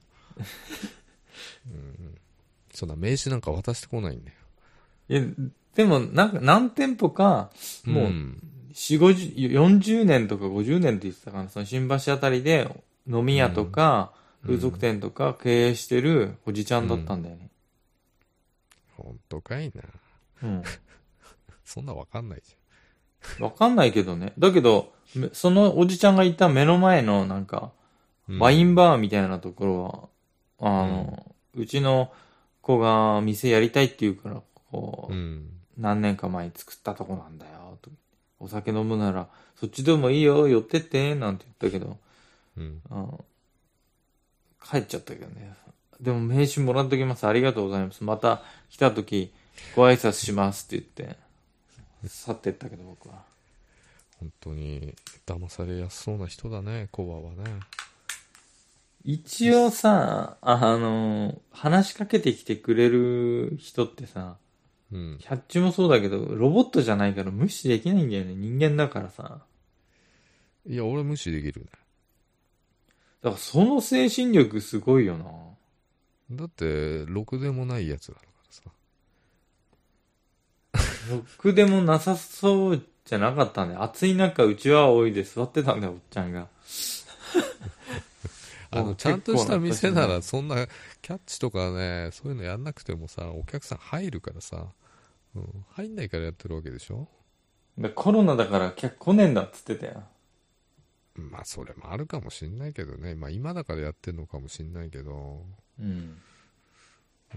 そんな名刺なんか渡してこないんだよ。 いや、でもなんか何店舗か、もう、40年とか50年って言ってたかな、その新橋あたりで飲み屋とか、風俗店とか経営してるおじちゃんだったんだよね。 ほんとかいな。そんなわかんないじゃん。わかんないけどね。だけど、そのおじちゃんがいた目の前のなんか、ワインバーみたいなところは、うちの子が店やりたいって言うから、こう、何年か前に作ったとこなんだよ、と。お酒飲むなら、そっちでもいいよ、寄ってって、なんて言ったけど、帰っちゃったけどね。でも名刺もらっときます。ありがとうございます。また来た時、ご挨拶しますって言って、去ってったけど僕は。 本当に、騙されやすそうな人だね、コバはね。 一応さ、話しかけてきてくれる人ってさ、 うん。 キャッチもそうだけど、ロボットじゃないから無視できないんだよね。人間だからさ。 いや、俺無視できるね。 だからその精神力すごいよな。 だって、ろくでもないやつだからさ。 ろくでもなさそうじゃなかったんだよ。暑い中、うちわ多いで座ってたんだよ、おっちゃんが。 ちゃんとした店なら、 結そんな、キャッチとかね、そういうのやんなくてもさ、お客さん入るからさ、うん、入んないからやってるわけでしょ。 構なコロナだから客来ねえんだっつってたよ。 まあ、それもあるかもしんないけどね。まあ、今だからやってんのかもしんないけど、 うん。 うん、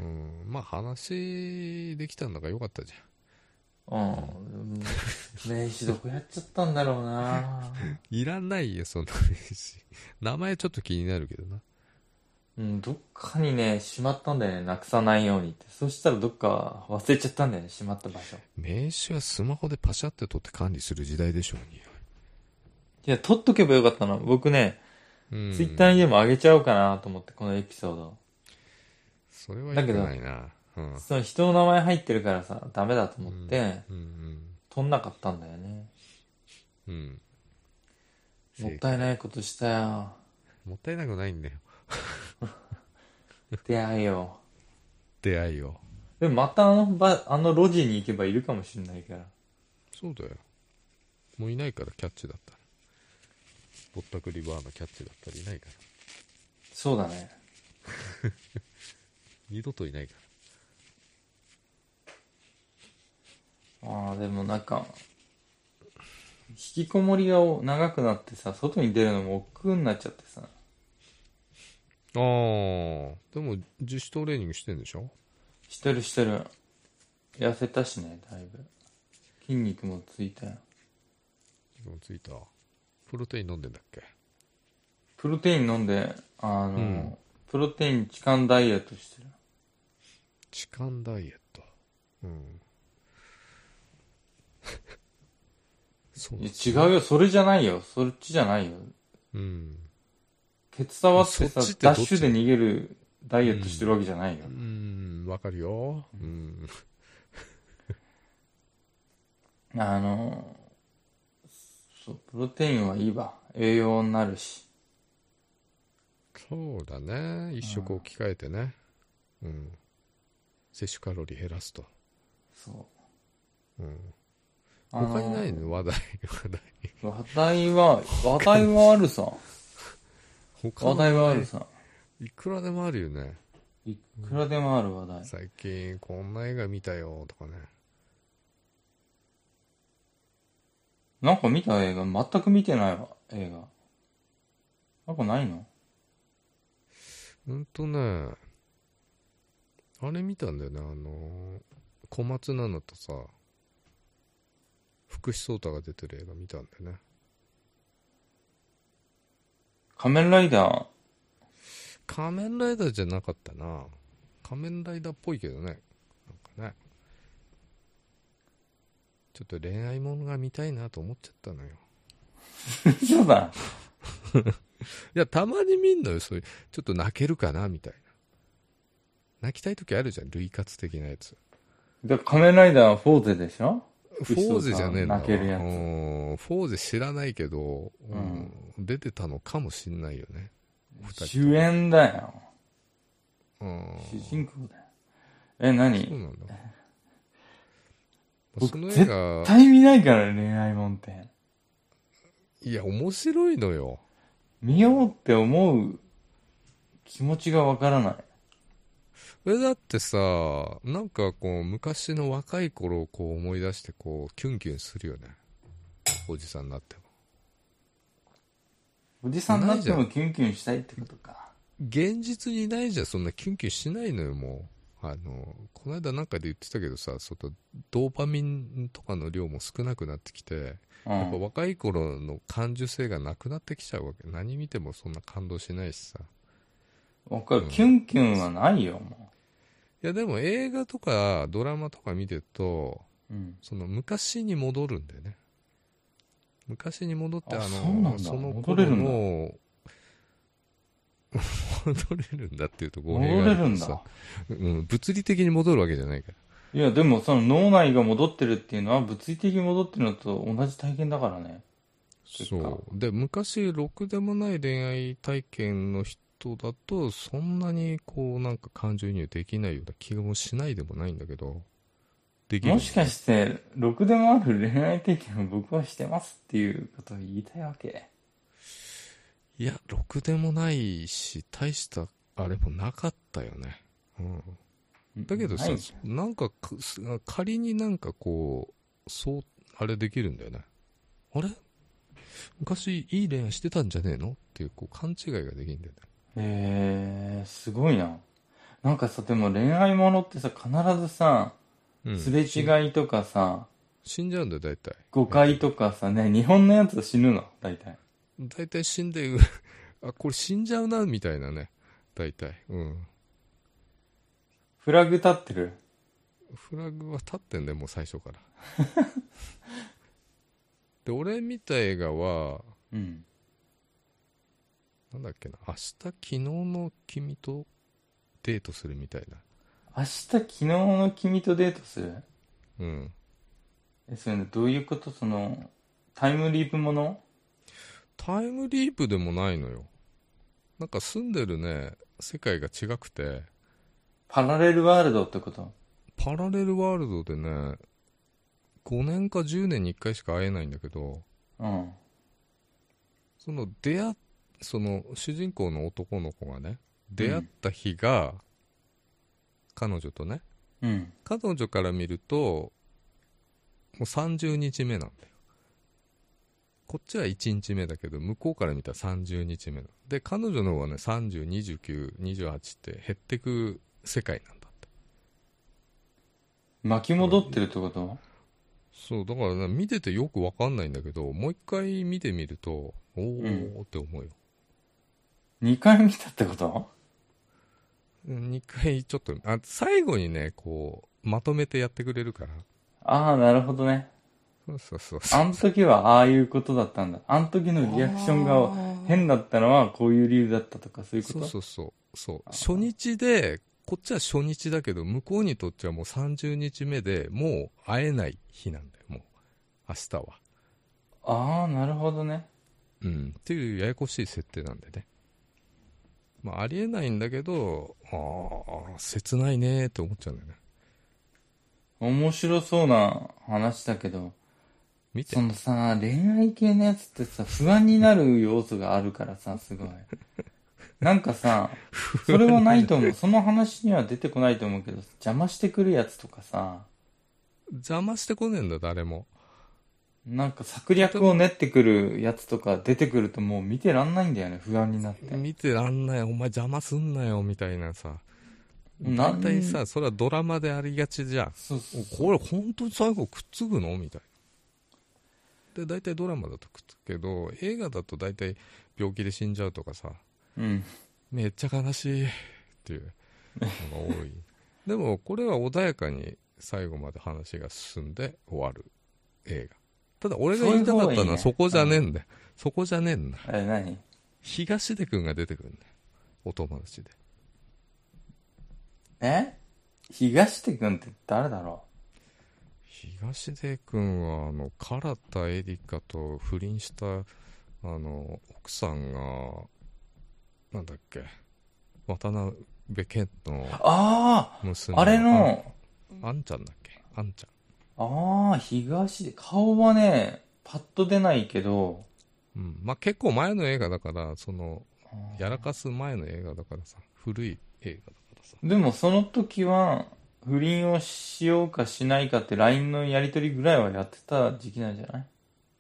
まあ、話できたんだからよかったじうん。名刺どこやっちゃったんだろうな。 ゃん。いらないよ、そんな名刺。名前ちょっと気になるけどな。 うん、どっかにね、しまったんだよね。なくさないようにって。そしたらどっか忘れちゃったんだよね。しまった場所。 名刺はスマホでパシャって取って管理する時代でしょうに。 いや、撮っとけばよかったの。僕ね、 うツイッターにん。 でも上げちゃおうかなと思って、このエピソード。 それは良くなだけど、 いな。うん。 その人の名前入ってるからさ、ダメだとうん。 思って、 うん。 撮んなかったんだよね。 うん。 もったいな正解。 いことしたよ。 もったいなくないんだよ。 出会いよ。 出会いを。 でもまたあの路地に行けばいるかもしれないから。 そうだよ。もういないから、キャッチだったら。ぼったくりバーのキャッチだったらいないから。 そうだね。 二度といないかああ、でもなんか、引きこもりが長くなってさ、外に出るのも億劫になっちゃってさ。 ら。ああ、でも自主トレーニングしてんでしょ。 してるしてる。痩せたしね、だいぶ。筋肉もついたよ。 でもついた。プロテイン飲んでんだっけ。 プロテイン飲んで、 うん。 プロテイン時間ダイエットしてる。 痴漢ダイエット。うん。そういやなんですね。 違うよ、それじゃないよ。そっちじゃないよ。 うん。 ケツ触ってさ、 そっちってどっち。 ダッシュで逃げるダイエットしてるうん。 わけじゃないよ。 うん、わかるよ。うん。 あの、そう、プロテインはいいわ。栄養になるし。 そうだね。一食置き換えてね。うん。摂取カロリー減らすと。 そう。 うん。 あ他にないの、 の話題。話題。 話題はあるさ。 他話題の話題、 はあるさ。 いくらでもあるよね。 いくらでもある話題。 最近こんな映画見たよとかね。 なんか見た映画全く見てないわ、映画。なんかないの？ ね、あれ見たんだよね。小松菜奈とさ、福士蒼汰が出てる映画見たんだよね。 仮面ライダー。 仮面ライダーじゃなかったな。仮面ライダーっぽいけどね。なんかね。ちょっと恋愛ものが見たいなと思っちゃったのよ。 そうだ。 いや、たまに見んのよ、そういう。ちょっと泣けるかなみたいな。泣きたい時あるじゃん、類活的なやつ。 で、仮面ライダーはフォーゼでしょ？ フォーゼじゃねえんだわ。 泣けるやつ。 フォーゼ知らないけど、 うん。 出てたのかもしんないよね。 主演だよ。主主人公だよ。何？ そうなんだ。そ僕の映絶画、 対見ないから恋愛もんって。 いや、面白いのよ。 見ようって思う気持ちがわからない。 だってさ、なんかこう、昔の若い頃をこう思い出して、こう、キュンキュンするよね。おじさんになっても。 おじさんになってもキュンキュンしたいってことか。 現実にないじゃん、そんなキュンキュンしないのよ、もう。この間なんかで言ってたけどさ、ドーパミンとかの量も少なくなってきて、やっぱ若い頃の感受性がなくなってきちゃうわけ。何見てもそんな感動しないしさ。 わかる、キュンキュンはないよ、もいやでも映画とかドラマとか見てると、 う。うん。 その昔に戻るんだよね。昔に戻って、 そうなんだ。 その戻れ頃るんだ。 の戻れるんだっていうと語弊があるけどさ。 戻れるんだ。うん、物理的に戻るわけじゃないから。 いや、でもその脳内が戻ってるっていうのは物理的に戻ってるのと同じ体験だからね。 そう。で、昔、ろくでもない恋愛体験の人だと、そんなにこう、なんか感情移入できないような気もしないでもないんだけど、できる、ね。 もしかして、ろくでもある恋愛体験を僕はしてますっていうことを言いたいわけ？ いや、ろくでもないし、大したあれもなかったよね。うん。だけどさ、なんか、仮になんかこう、そう、あれできるんだよね。あれ昔いい恋愛してたんじゃねえのっていう、こう、勘違いができるんだよね。すごいな。なんかさ、でも恋愛ものってさ、必ずさ、すれ違いとかさ、 死んじゃうんだよ、大体。 誤解とかさ、ね、日本のやつは死ぬの、大体。 大体死んで、あ、これ死んじゃうな、みたいなね。大体。うん。 フラグ立ってる？ フラグは立ってんだよ、もう最初から。で、俺見た映画は、 うん。 なんだっけな、明日昨日の君とデートするみたいな。 明日昨日の君とデートする？ うん。 それね、どういうこと？その、タイムリープもの？ タイムリープでもないのよ。なんか住んでるね、世界が違くて。 パラレルワールドってこと？ パラレルワールドでね、5年か10年に1回しか会えないんだけど、 うん。 その主人公の男の子がね、出会った日が、彼女とね、 うん。 彼女から見ると、もう30日目なんだよ。こっちは1日目だけど、向こうから見たら30日目なの。で、彼女の方はね、30、29、28って減ってく世界なんだって。 巻き戻ってるってこと？ そう、だからね、見ててよくわかんないんだけど、もう一回見てみると、おーって思うよ。 2回見たってこと？ 2回ちょっと、最後にね、こう、まとめてやってくれるから。 ああ、なるほどね。 そう。 あの時はああいうことだったんだ。あの時のリアクションが変だったのはこういう理由だったとかそういうこと？ そう。初日で、こっちは初日だけど、向こうにとってはもう30日目でもう会えない日なんだよ、もう。明日は。 ああ、なるほどね。 うん。っていうややこしい設定なんでね。まあ、ありえないんだけど、切ないねーって思っちゃうんだよね。 面白そうな話だけど、 見て。 そのさ、恋愛系のやつってさ、不安になる要素があるからさ、すごい。なんかさ、それはないと思う。その話には出てこないと思うけど、邪魔してくるやつとかさ、 邪魔してこねえんだ、誰も。 なんか策略を練ってくるやつとか出てくるともう見てらんないんだよね、不安になって。 見てらんない、お前邪魔すんなよ、みたいなさ。 大体さ、それはドラマでありがちじゃん。 そうこれ本当に最後くっつくのみたいな。で、大体ドラマだとくっつくけど、映画だと大体病気で死んじゃうとかさ、 うん。 めっちゃ悲しいっていうのが多い。でも、これは穏やかに最後まで話が進んで終わる映画。ただ、俺が言いたかったのはそこじゃねえんだよ。そこじゃねえんだ。 何？ 東出くんが出てくるんだよ。お友達で。 東出くんって誰だろ東出くんは、唐田エリカと不倫した、奥さんが、なんだっけ、渡辺謙の娘あれの、 あんちゃんだっけ、あんちゃん。 東出、顔はね、パッと出ないけど、 うん。まあ、結構前の映画だから、やらかす前の映画だからさ、古い映画だからさ。 でもその時は、不倫をしようかしないかって LINE のやり取りぐらいはやってた時期なんじゃない？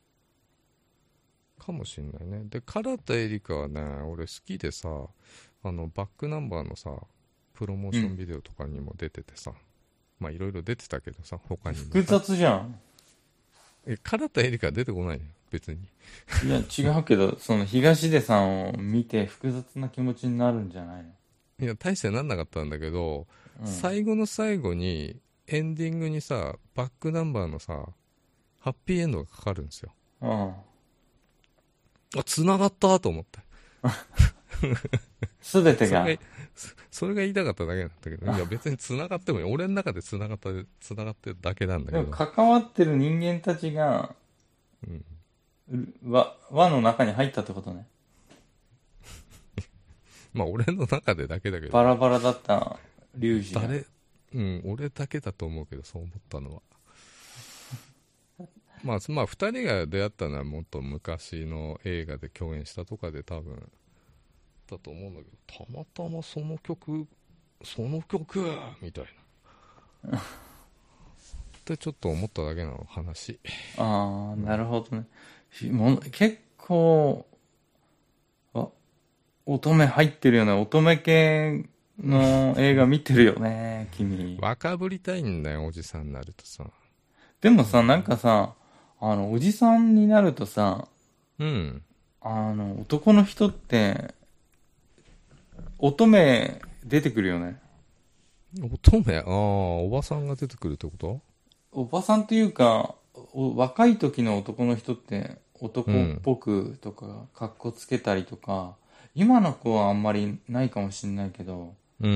かもしんないね。で、唐田エリカはね、俺好きでさ、バックナンバーのさ、プロモーションビデオとかにも出ててさ、まあいろいろ出てたけどさ、他にも。 複雑じゃん。 唐田エリカは出てこないよ、別に。 いや、違うけど、その東出さんを見て複雑な気持ちになるんじゃないの？ いや、大してなんなかったんだけど、最後の最後に、エンディングにさ、バックナンバーのさ、ハッピーエンドがかかるんですよ。繋がったと思って。 すべてが。 それが言いたかっただけなんだけど、いや別に繋がってもいい。俺の中で繋がってるだけなんだけど。 でも関わってる人間たちが、輪の中に入ったってことね。 まあ俺の中でだけだけど。 バラバラだった粒子が。 俺だけだと思うけど、そう思ったのは。まあ二人が出会ったのはもっと昔の映画で共演したとかで多分、だと思うんだけど、たまたまその曲みたいな。ってちょっと思っただけの話。 ああ、なるほどね。結構、乙女入ってるよね。乙女系の映画見てるよね、君。 若ぶりたいんだよ、おじさんになるとさ。 でもさ、なんかさ、おじさんになるとさ、男の人って、乙女出てくるよね。 乙女おばさんが出てくるってこと？ おばさんっていうか、若い時の男の人って男っぽくとか、格好つけたりとか、今の子はあんまりないかもしんないけど、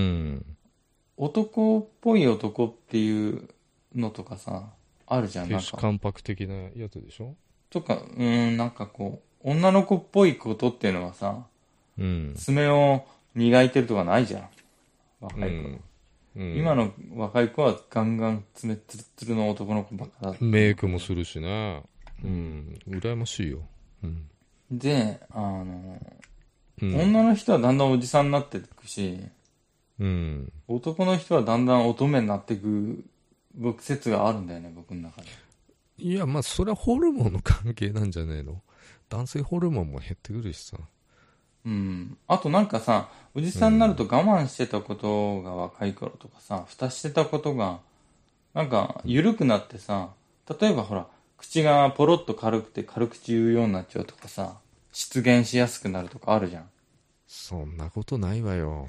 男っぽい男っていうのとかさ、あるじゃん、なんか。 関白的なやつでしょ？ とか、なんかこう、女の子っぽいことっていうのはさ、爪を磨いてるとかないじゃん。若い子。今の若い子はガンガン爪ツルツルの男の子ばっかだった。 メイクもするしね。羨ましいよ。 で、女の人はだんだんおじさんになっていくし、男の人はだんだん乙女になっていく説があるんだよね、僕の中で。 いや、まあ、それはホルモンの関係なんじゃねえの？男性ホルモンも減ってくるしさ。 あとなんかさ、おじさんになると我慢してたことが若い頃とかさ、蓋してたことが、なんか緩くなってさ、例えばほら、口がポロッと軽くて軽口言うようになっちゃうとかさ、失言しやすくなるとかあるじゃん。 そんなことないわよ。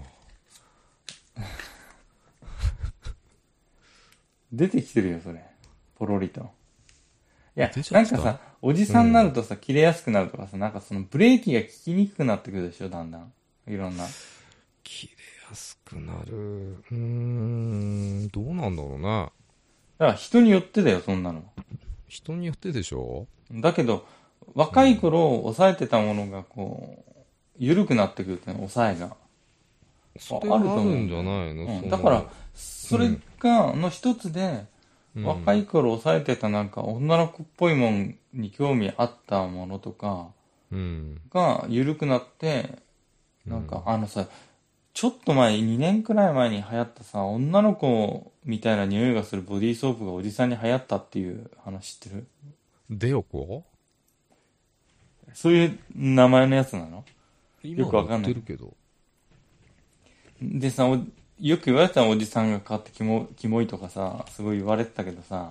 出てきてるよ、それ。ポロリと。いや、なんかさ、おじさんになるとさ、切れやすくなるとかさ、なんかそのブレーキが効きにくくなってくるでしょ、だんだん。いろんな。 切れやすくなる。どうなんだろうな。 だから人によってだよ、そんなの。 人によってでしょ？ だけど、若い頃抑えてたものがこう、緩くなってくるっていうの、抑えが。 それはあるんじゃないの？ だから、それが、の一つで、若い頃抑えてたなんか女の子っぽいもんに興味あったものとかが緩くなって、なんかさ、ちょっと前、2年くらい前に流行ったさ、女の子みたいな匂いがするボディーソープがおじさんに流行ったっていう話知ってる？ デヨコ？ そういう名前のやつなの？よくわかんない。 今売ってるけど。 でさ、よく言われてたおじさんが買ってキモいとかさ、すごい言われてたけどさ、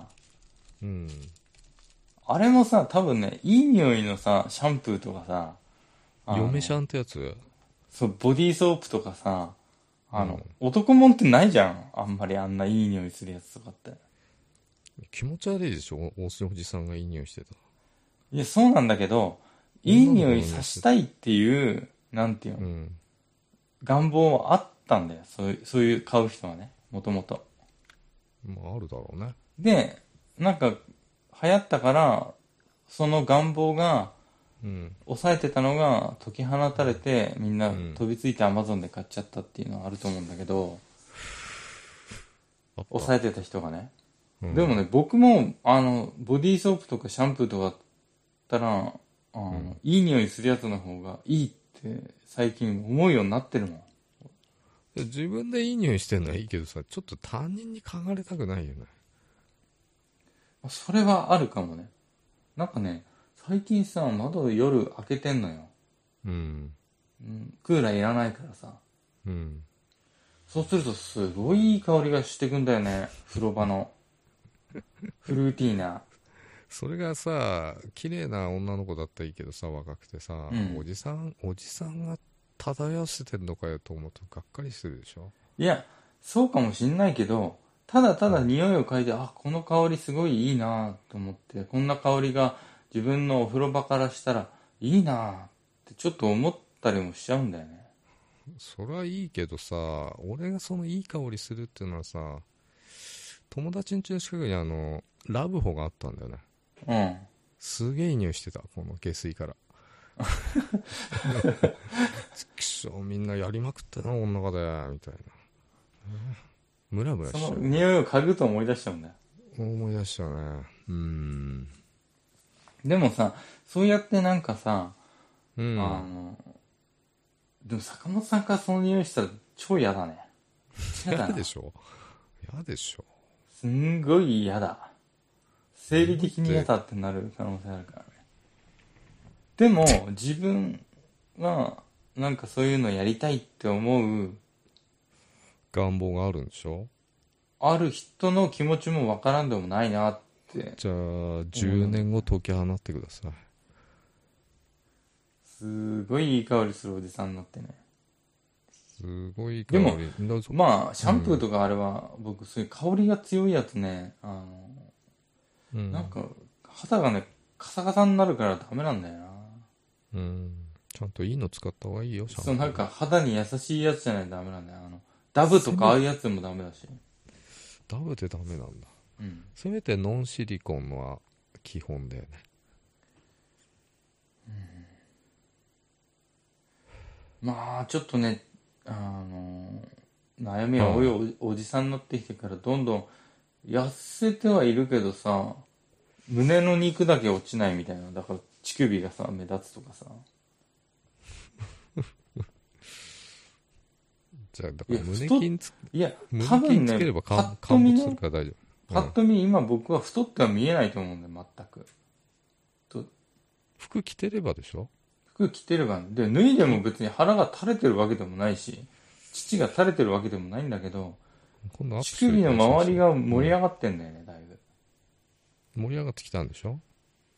あれもさ、多分ね、いい匂いのさ、シャンプーとかさ、 嫁シャンってやつ？ そう、ボディーソープとかさ、男もんってないじゃん。あんまりあんないい匂いするやつとかって。 気持ち悪いでしょ？おじさんがいい匂いしてた。 いや、そうなんだけど、いい匂いさしたいっていう、なんていうの、願望はあったんだよ。そういう買う人はね、もともと。 まあ、あるだろうね。 で、なんか、流行ったから、その願望が、抑えてたのが解き放たれて、みんな飛びついて Amazon で買っちゃったっていうのはあると思うんだけど、抑えてた人がね。でもね、僕も、ボディーソープとかシャンプーとかだったら、いい匂いするやつの方がいいって最近思うようになってるもん。 自分でいい匂いしてるのはいいけどさ、ちょっと他人に嗅がれたくないよね。 それはあるかもね。なんかね、最近さ、窓夜開けてんのよ。クーラーいらないからさ。そうするとすごいいい香りがしてくんだよね。風呂場の。フルーティーな。 それがさ、綺麗な女の子だったらいいけどさ、若くてさ、おじさんが漂わせてんのかよと思うとがっかりするでしょ？ いや、そうかもしんないけど、ただただ匂いを嗅いで、この香りすごいいいなと思って、こんな香りが自分のお風呂場からしたらいいなってちょっと思ったりもしちゃうんだよね。 それはいいけどさ、俺がそのいい香りするっていうのはさ、友達ん家の近くにラブホがあったんだよね。 うん。 すげえ匂いしてた、この下水から。くそ、みんなやりまくってな、この中で、みたいな。ムラムラしちゃう。 その匂いを嗅ぐと思い出しちゃうんだよ。 思い出したね。 でもさ、そうやってなんかさ、 うん。 でも坂本さんからその匂いしたら超嫌だね。 嫌でしょ。嫌でしょ。 すんごい嫌だ。生理的に嫌だってなる可能性あるからね。でも、自分は、なんかそういうのやりたいって思う、 願望があるんでしょ。 ある人の気持ちもわからんでもないなって。 じゃあ、10年後解き放ってください。 すごいいい香りするおじさんになってね。 すごい香でり。 も、まあ、シャンプーとかあれは、僕、そういう香りが強いやつね、なんか、肌がね、カサカサになるからダメなんだよな。 ちゃんといいの使った方がいいよ、シャンプー。 そう、なんか肌に優しいやつじゃないとダメなんだよ。ダブとかああいうやつもダメだし。 ダブってダメなんだ。 うん。 せめてノンシリコンは基本だよね。 まあ、ちょっとね、悩みが多いおじさんになってきてからどんどん痩せてはいるけどさ、胸の肉だけ落ちないみたいな。だから乳首がさ、目立つとかさ。 じゃあ、だから胸筋つければパッと陥見ね、 没するから大丈夫。 パッと見今僕は太っては見えないと思うんだよ、全く。 服着てればでしょ。 服着てればね。で、脱いでも別に腹が垂れてるわけでもないし、乳が垂れてるわけでもないんだけど、乳首の周りが盛り上がってんだよね、だいぶ。 盛り上がってきたんでしょ。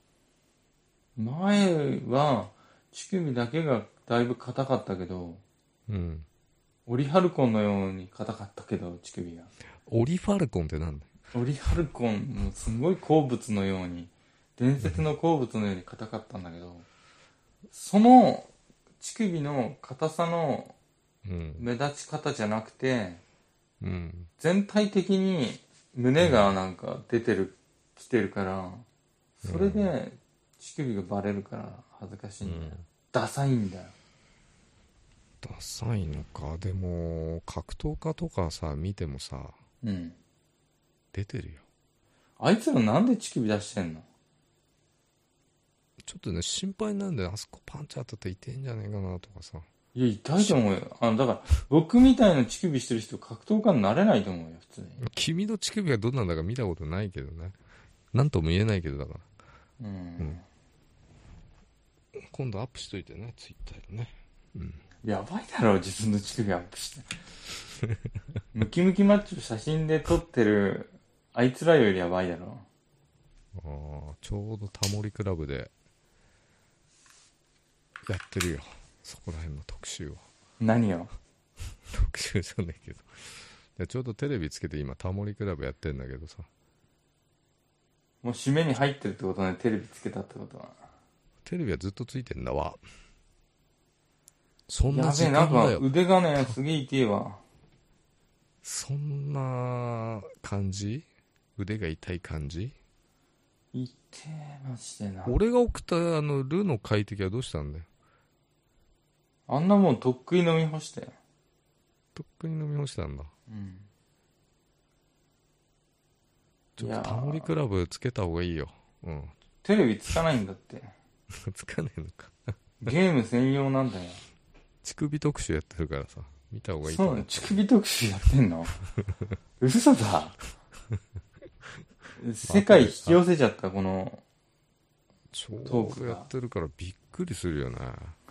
前は乳首だけがだいぶ硬かったけど、オリハルコンのように硬かったけど、乳首が。 オリファルコンってなんだよ。 オリハルコンもすごい鉱物のように、伝説の鉱物のように硬かったんだけど、その乳首の硬さの目立ち方じゃなくて、全体的に胸がなんか出てる、きてるから、それで乳首がバレるから恥ずかしいんだよ。ダサいんだよ。 ダサいのか。でも格闘家とかさ見てもさ、出てるよ。 あいつらなんで乳首出してんの？ ちょっとね心配なんだよ。あそこパンチ当たって痛いんじゃねえかなとかさ。 いや、痛いと思うよ。だから僕みたいな乳首してる人格闘家になれないと思うよ、普通に。 君の乳首がどんなんだか見たことないけどね。なんとも言えないけど、だから。今度アップしといてね、ツイッターでね。 やばいだろ、自分の乳首アップして。ムキムキマッチョ写真で撮ってるあいつらよりやばいだろ。 ちょうどタモリクラブでやってるよ、そこら辺の特集を。 何を？ 特集じゃないけど、ちょうどテレビつけて今タモリクラブやってんだけどさ。 もう締めに入ってるってことね、テレビつけたってことは。 テレビはずっとついてんだわ。そんな時間やべえ、 だよ。 なんか腕がね、すげえ痛えわ。 そんな感じ？腕が痛い感じ？ 痛え、マジでな。 俺が送ったルの快適はどうしたんだよ。 あんなもんとっくに飲み干したよ。 とっくに飲み干したんだ。ちょっとタモリクラブつけた方がいいよ。 テレビつかないんだって。 つかねえのか。 ゲーム専用なんだよ。 乳首特集やってるからさ、見た方がいいと思う。そう、乳首特集やってんの？嘘だ。世界引き寄せちゃった、このちょうどやってるからびっくりするよね。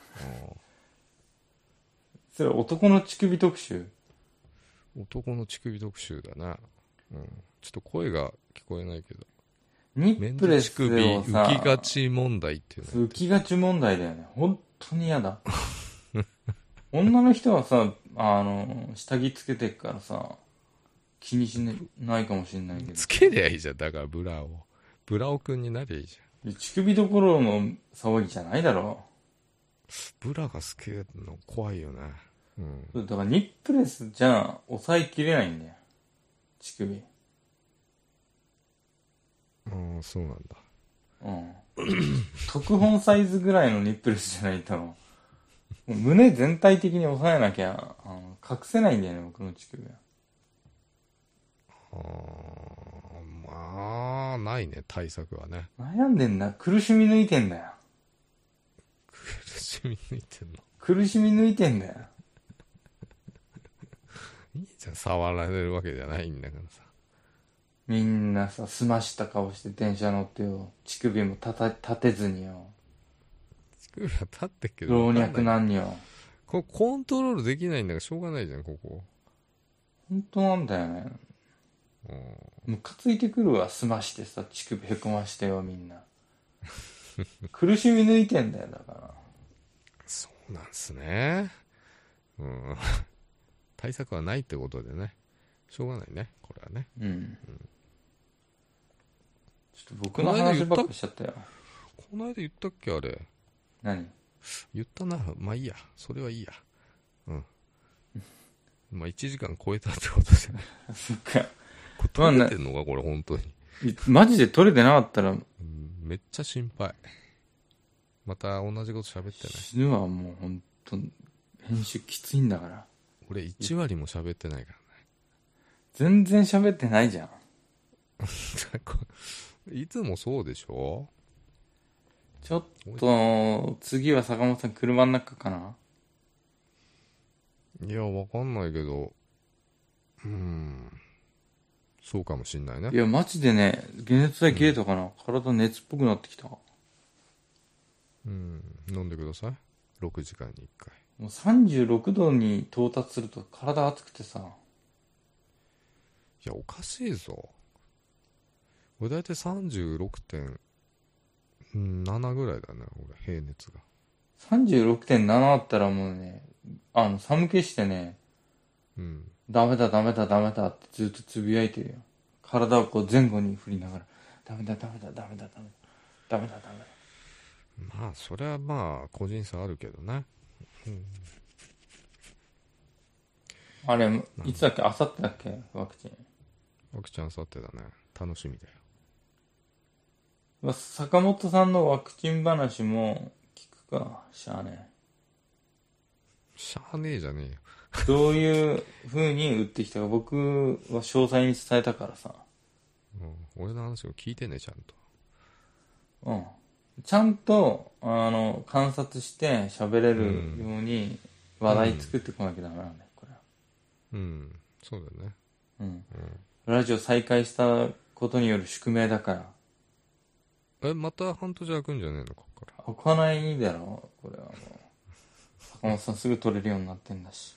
それ男の乳首特集？ 男の乳首特集だな。ちょっと声が聞こえないけど。 ニップレスをさ、 浮きがち問題っていうの。 浮きがち問題だよね。本当に嫌だ。女の人はさ、下着つけてっからさ、気にしないかもしれないけど。 つけりゃいいじゃん。だからブラを。ブラオくんになりゃいいじゃん。乳首どころの騒ぎじゃないだろ。 ブラが好きなの怖いよね。 うん。 だからニップレスじゃ抑えきれないんだよ。乳首。 ああ、そうなんだ。 うん。特本サイズぐらいのニップレスじゃないと、もう胸全体的に抑えなきゃ、隠せないんだよね、僕の乳首は。 ああ、まあ、ないね、対策はね。 悩んでんな。苦しみ抜いてんだよ。 苦しみ抜いてんの。 苦しみ抜いてんだよ。 いいじゃん、触られるわけじゃないんだからさ。 みんなさ、澄ました顔して電車乗ってよ。乳首も立てずによ。 乳首は立ってっけど。 老若男女。 コントロールできないんだからしょうがないじゃん、ここ。 本当なんだよね。ムカついてくるわ、澄ましてさ、乳首へこましてよ、みんな。苦しみ抜いてんだよ、だから。 そうなんすね。うん。対策はないってことでね。しょうがないね、これはね。 うん。ちょっと僕の話ばっかりしちゃったよ。 この間言ったっけ、あれ。 何？ 言ったな。まあいいや。それはいいや。うん。まあ1時間超えたってことじゃない。 そっか。 これ撮れてんのか、これ本当に。 マジで撮れてなかったら、 めっちゃ心配。また同じこと喋ってない。 死ぬわ、もう本当編集きついんだから。 俺1割も喋ってないからね。 全然喋ってないじゃん。 いつもそうでしょ？ ちょっと、次は坂本さん車の中かな？ いや、わかんないけど、そうかもしんないね。 いや、マジでね、解熱剤切れたかな、体熱っぽくなってきた。 飲んでください。6時間に1回。 もう36度に到達すると体熱くてさ。 いや、おかしいぞ。俺だいたい 36.7 ぐらいだね、俺、平熱が。 36.7 あったらもうね、寒気してね、ダメだダメだダメだってずっとつぶやいてるよ。体をこう前後に振りながら、ダメだダメだダメだダメだダメだダメだ。 まあ、それはまあ、個人差あるけどね。 あれ、いつだっけ？あさってだっけ？ワクチン。 ワクチンあさってだね。楽しみだまよ。 坂本さんのワクチン話も聞くか、しゃあねしゃあねえじゃねえよ。 どういう風に打ってきたか僕は詳細に伝えたからさ。 俺の話を聞いてね、ちゃんと。 ちゃんと、観察して喋れるように話題作ってこなきゃダメなんだよ、これは。 そうだね。 ラジオ再開したことによる宿命だから。 また半年空くんじゃねえの、ここから。 開かないだろ、これはもう。坂本さんすぐ撮れるようになってんだし。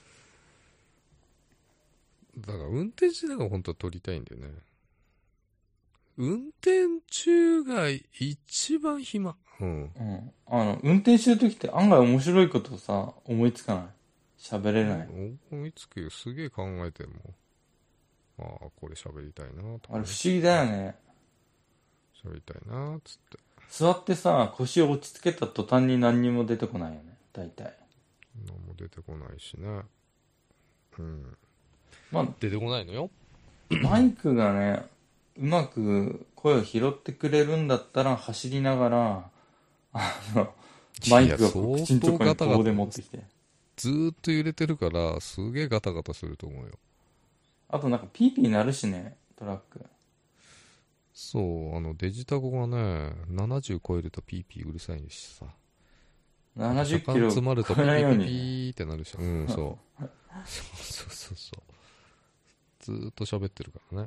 だから運転しながら本当は撮りたいんだよね。運転中が一番暇。 運転してる時って案外面白いことをさ、思いつかない。喋れない。 思いつくよ。すげえ考えても。これ喋りたいなとか、 あれ不思議だよね。 喋りたいなつって。 座ってさ、腰を落ち着けた途端に何にも出てこないよね。大体。 何も出てこないしね。出てこないのよ。 マイクがね、うまく声を拾ってくれるんだったら走りながら、マイクを口のとこに棒で持ってきて。 ずーっと揺れてるから、すげえガタガタすると思うよ。 あとなんかピーピー鳴るしね、トラック。 そう、デジタゴがね、70超えるとピーピーうるさいしさ。 70キロ詰まるとピーピーピーってなるし。そう。そう。ずーっと喋ってるからね。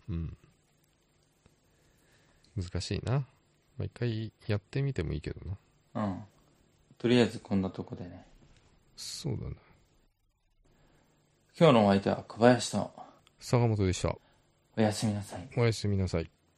難しいな。一回やってみてもいいけどな。とりあえずこんなとこでね。 そうだね。 今日のお相手は小林と坂本でした。 おやすみなさい。 おやすみなさい。